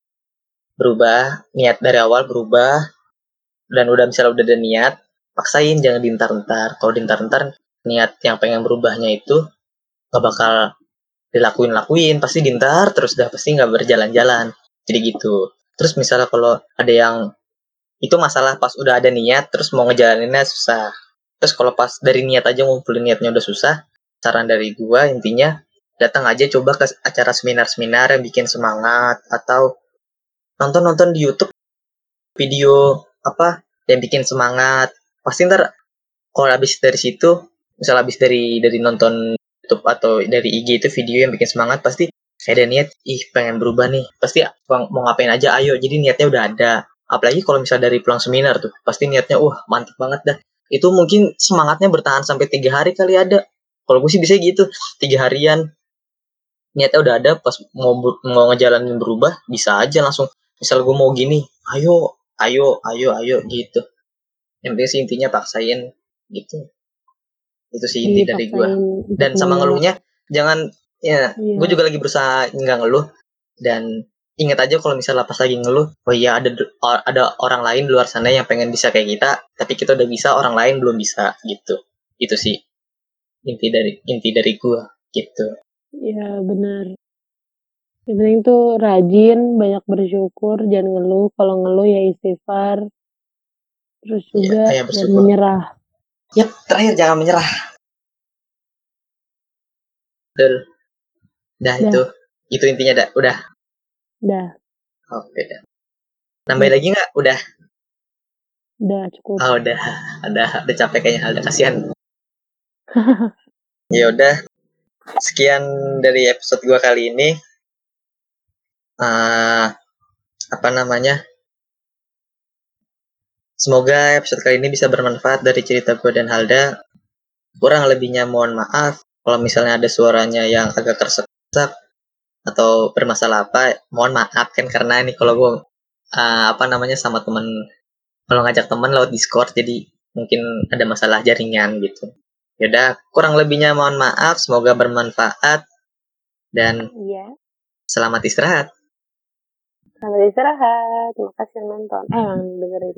berubah niat dari awal berubah, dan udah misalnya udah ada niat, paksain, jangan diintar-entar. Kalau diintar-entar, niat yang pengen berubahnya itu gak bakal dilakuin-lakuin, pasti diintar terus dah, pasti gak berjalan-jalan. Jadi gitu. Terus misalnya kalau ada yang itu masalah pas udah ada niat terus mau ngejalaninnya susah. Terus kalau pas dari niat aja ngumpulin niatnya udah susah, saran dari gua intinya datang aja coba ke acara seminar-seminar yang bikin semangat, atau nonton-nonton di YouTube video apa yang bikin semangat. Pasti ntar kalau habis dari situ, misal habis dari dari nonton YouTube atau dari I G itu video yang bikin semangat, pasti saya ada niat, ih pengen berubah nih, pasti mau ngapain aja ayo, jadi niatnya udah ada. Apalagi kalau misal dari pulang seminar tuh, pasti niatnya wah mantep banget dah. Itu mungkin semangatnya bertahan sampai tiga hari kali ada. Kalau gue sih bisa gitu, tiga harian niatnya udah ada, pas mau mau ngejalanin berubah bisa aja langsung. Misal gue mau gini, ayo ayo ayo ayo gitu. Yang penting sih intinya paksain gitu. Itu sih inti dari gue. Dan sama ngeluhnya jangan ya, yeah. Gue juga lagi berusaha nggak ngeluh, dan ingat aja kalau misalnya pas lagi ngeluh, oh iya ada ada orang lain di luar sana yang pengen bisa kayak kita, tapi kita udah bisa, orang lain belum bisa gitu. Itu sih inti dari inti dari gue gitu. Iya benar. Yang penting tuh rajin, banyak bersyukur, jangan ngeluh. Kalau ngeluh ya istighfar. Terus juga ya, jangan menyerah. Ya terakhir jangan menyerah. Betul. Dah, dah itu itu intinya dah. Udah. Dah. Oke dah. Nambahin lagi nggak? Udah. Udah cukup. Oh udah, ada udah capek kayaknya, udah kasihan. Ya udah. Sekian dari episode gua kali ini. Uh, apa namanya? Semoga episode kali ini bisa bermanfaat dari cerita gue dan Halda. Kurang lebihnya mohon maaf kalau misalnya ada suaranya yang agak tersesak atau bermasalah apa, mohon maaf kan, karena ini kalau gue uh, apa namanya sama teman, kalau ngajak teman lewat Discord, jadi mungkin ada masalah jaringan gitu. Yaudah, kurang lebihnya mohon maaf, semoga bermanfaat dan iya. Selamat istirahat. Selamat istirahat. Terima kasih yang nonton. Eh, yang dengerin.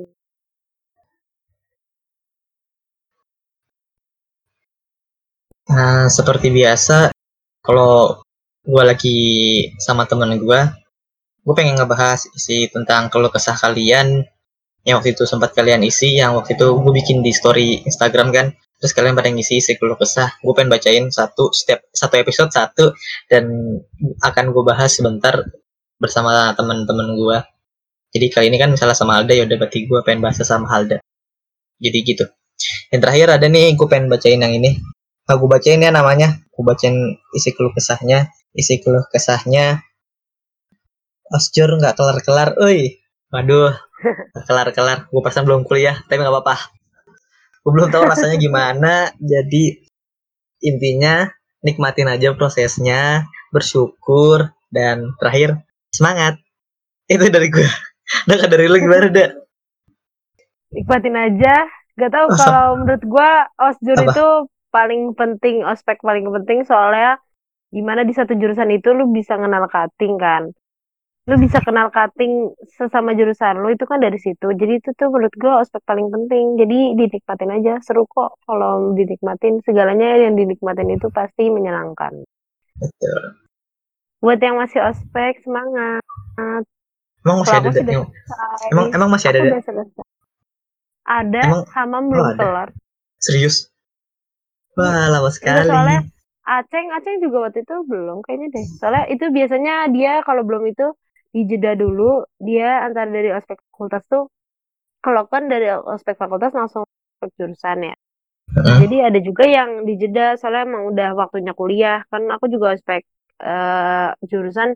Nah, seperti biasa, kalau gue lagi sama temen gue, gue pengen ngebahas isi tentang keluh kesah kalian yang waktu itu sempat kalian isi, yang waktu itu gue bikin di story Instagram kan, terus kalian pada ngisi isi keluh kesah. Gue pengen bacain satu setiap satu episode satu, dan akan gue bahas sebentar bersama teman-teman gue. Jadi kali ini kan misalnya sama Halda, ya udah berarti gue pengen bahas sama Halda. Jadi gitu. Yang terakhir ada nih, gue pengen bacain yang ini. Nah, gue bacain ya namanya. Gue bacain isi keluh kesahnya. Isi keluh kesahnya. Osjur nggak kelar-kelar, oi. Waduh, nggak kelar-kelar. Gue perasaan belum kuliah, tapi nggak apa-apa. Gue belum tahu rasanya gimana. Jadi intinya nikmatin aja prosesnya, bersyukur, dan terakhir semangat. Itu dari gue. Udah, dari lu gimana, Dak? Nikmatin aja. Gak tahu, oh, kalau menurut gue osjur apa? Itu paling penting, ospek paling penting, soalnya gimana di satu jurusan itu lu bisa kenal cutting kan. Lu bisa kenal cutting sesama jurusan lu itu kan dari situ. Jadi itu tuh menurut gue ospek paling penting. Jadi dinikmatin aja, seru kok kalau dinikmatin. Segalanya yang dinikmatin itu pasti menyenangkan. Betul. Buat yang masih ospek, semangat. Emang masih ada, yang... emang emang masih ada, udah selesai. Ada, emang? Hamam belum oh, kelar. Serius? Wah, lama sekali. Enggak, soalnya Aceng, Aceng juga waktu itu belum kayaknya deh. Soalnya itu biasanya dia kalau belum itu dijeda dulu. Dia antara dari ospek fakultas tuh, kalau kan dari ospek fakultas langsung ospek jurusan ya. Uh-huh. Jadi ada juga yang dijeda soalnya emang udah waktunya kuliah. Kan aku juga ospek uh, jurusan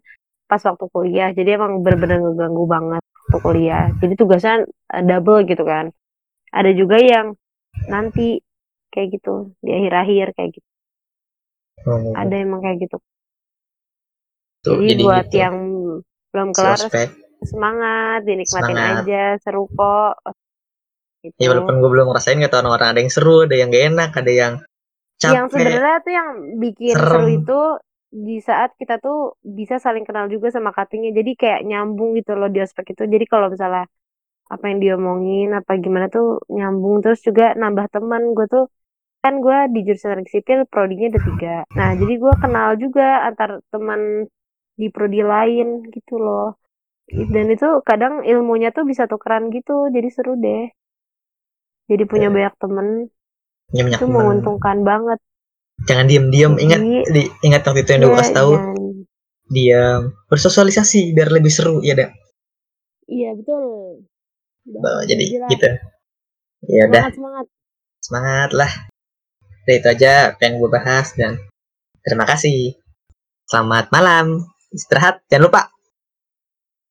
pas waktu kuliah. Jadi emang bener-bener ngeganggu banget waktu kuliah. Jadi tugasnya uh, double gitu kan. Ada juga yang nanti kayak gitu di akhir-akhir kayak gitu. Oh, Ada emang kayak gitu. tuh, Jadi jadi buat gitu. yang belum Si kelar ospek. semangat, dinikmatin Semangat. aja, seru kok. Gitu. Ya walaupun gue belum ngerasain, gak tau orang-orang ada yang seru, ada yang gak enak, ada yang capek. Yang sebenarnya tuh yang bikin serem. seru itu di saat kita tuh bisa saling kenal juga sama cuttingnya. Jadi kayak nyambung gitu loh di ospek itu. Jadi kalau misalnya apa yang diomongin apa gimana tuh nyambung, terus juga nambah teman. Gue tuh kan gue di jurusan teknik sipil, prodinya ada tiga. Nah jadi gue kenal juga antar teman di prodi lain gitu loh. Dan itu kadang ilmunya tuh bisa tukeran gitu, jadi seru deh. Jadi punya banyak temen, Punya banyak itu temen. menguntungkan banget. Jangan diem-diem. Jadi, Ingat di, ingat waktu itu yang iya, gue kasih tahu. jangan. Diam. Bersosialisasi biar lebih seru, ya deh. Iya betul. Bah, jadi Jadi lah. gitu. Ya udah. Semangat semangat. Semangat lah. Udah itu aja pengen gue bahas, dan terima kasih. Selamat malam. Istirahat. Jangan lupa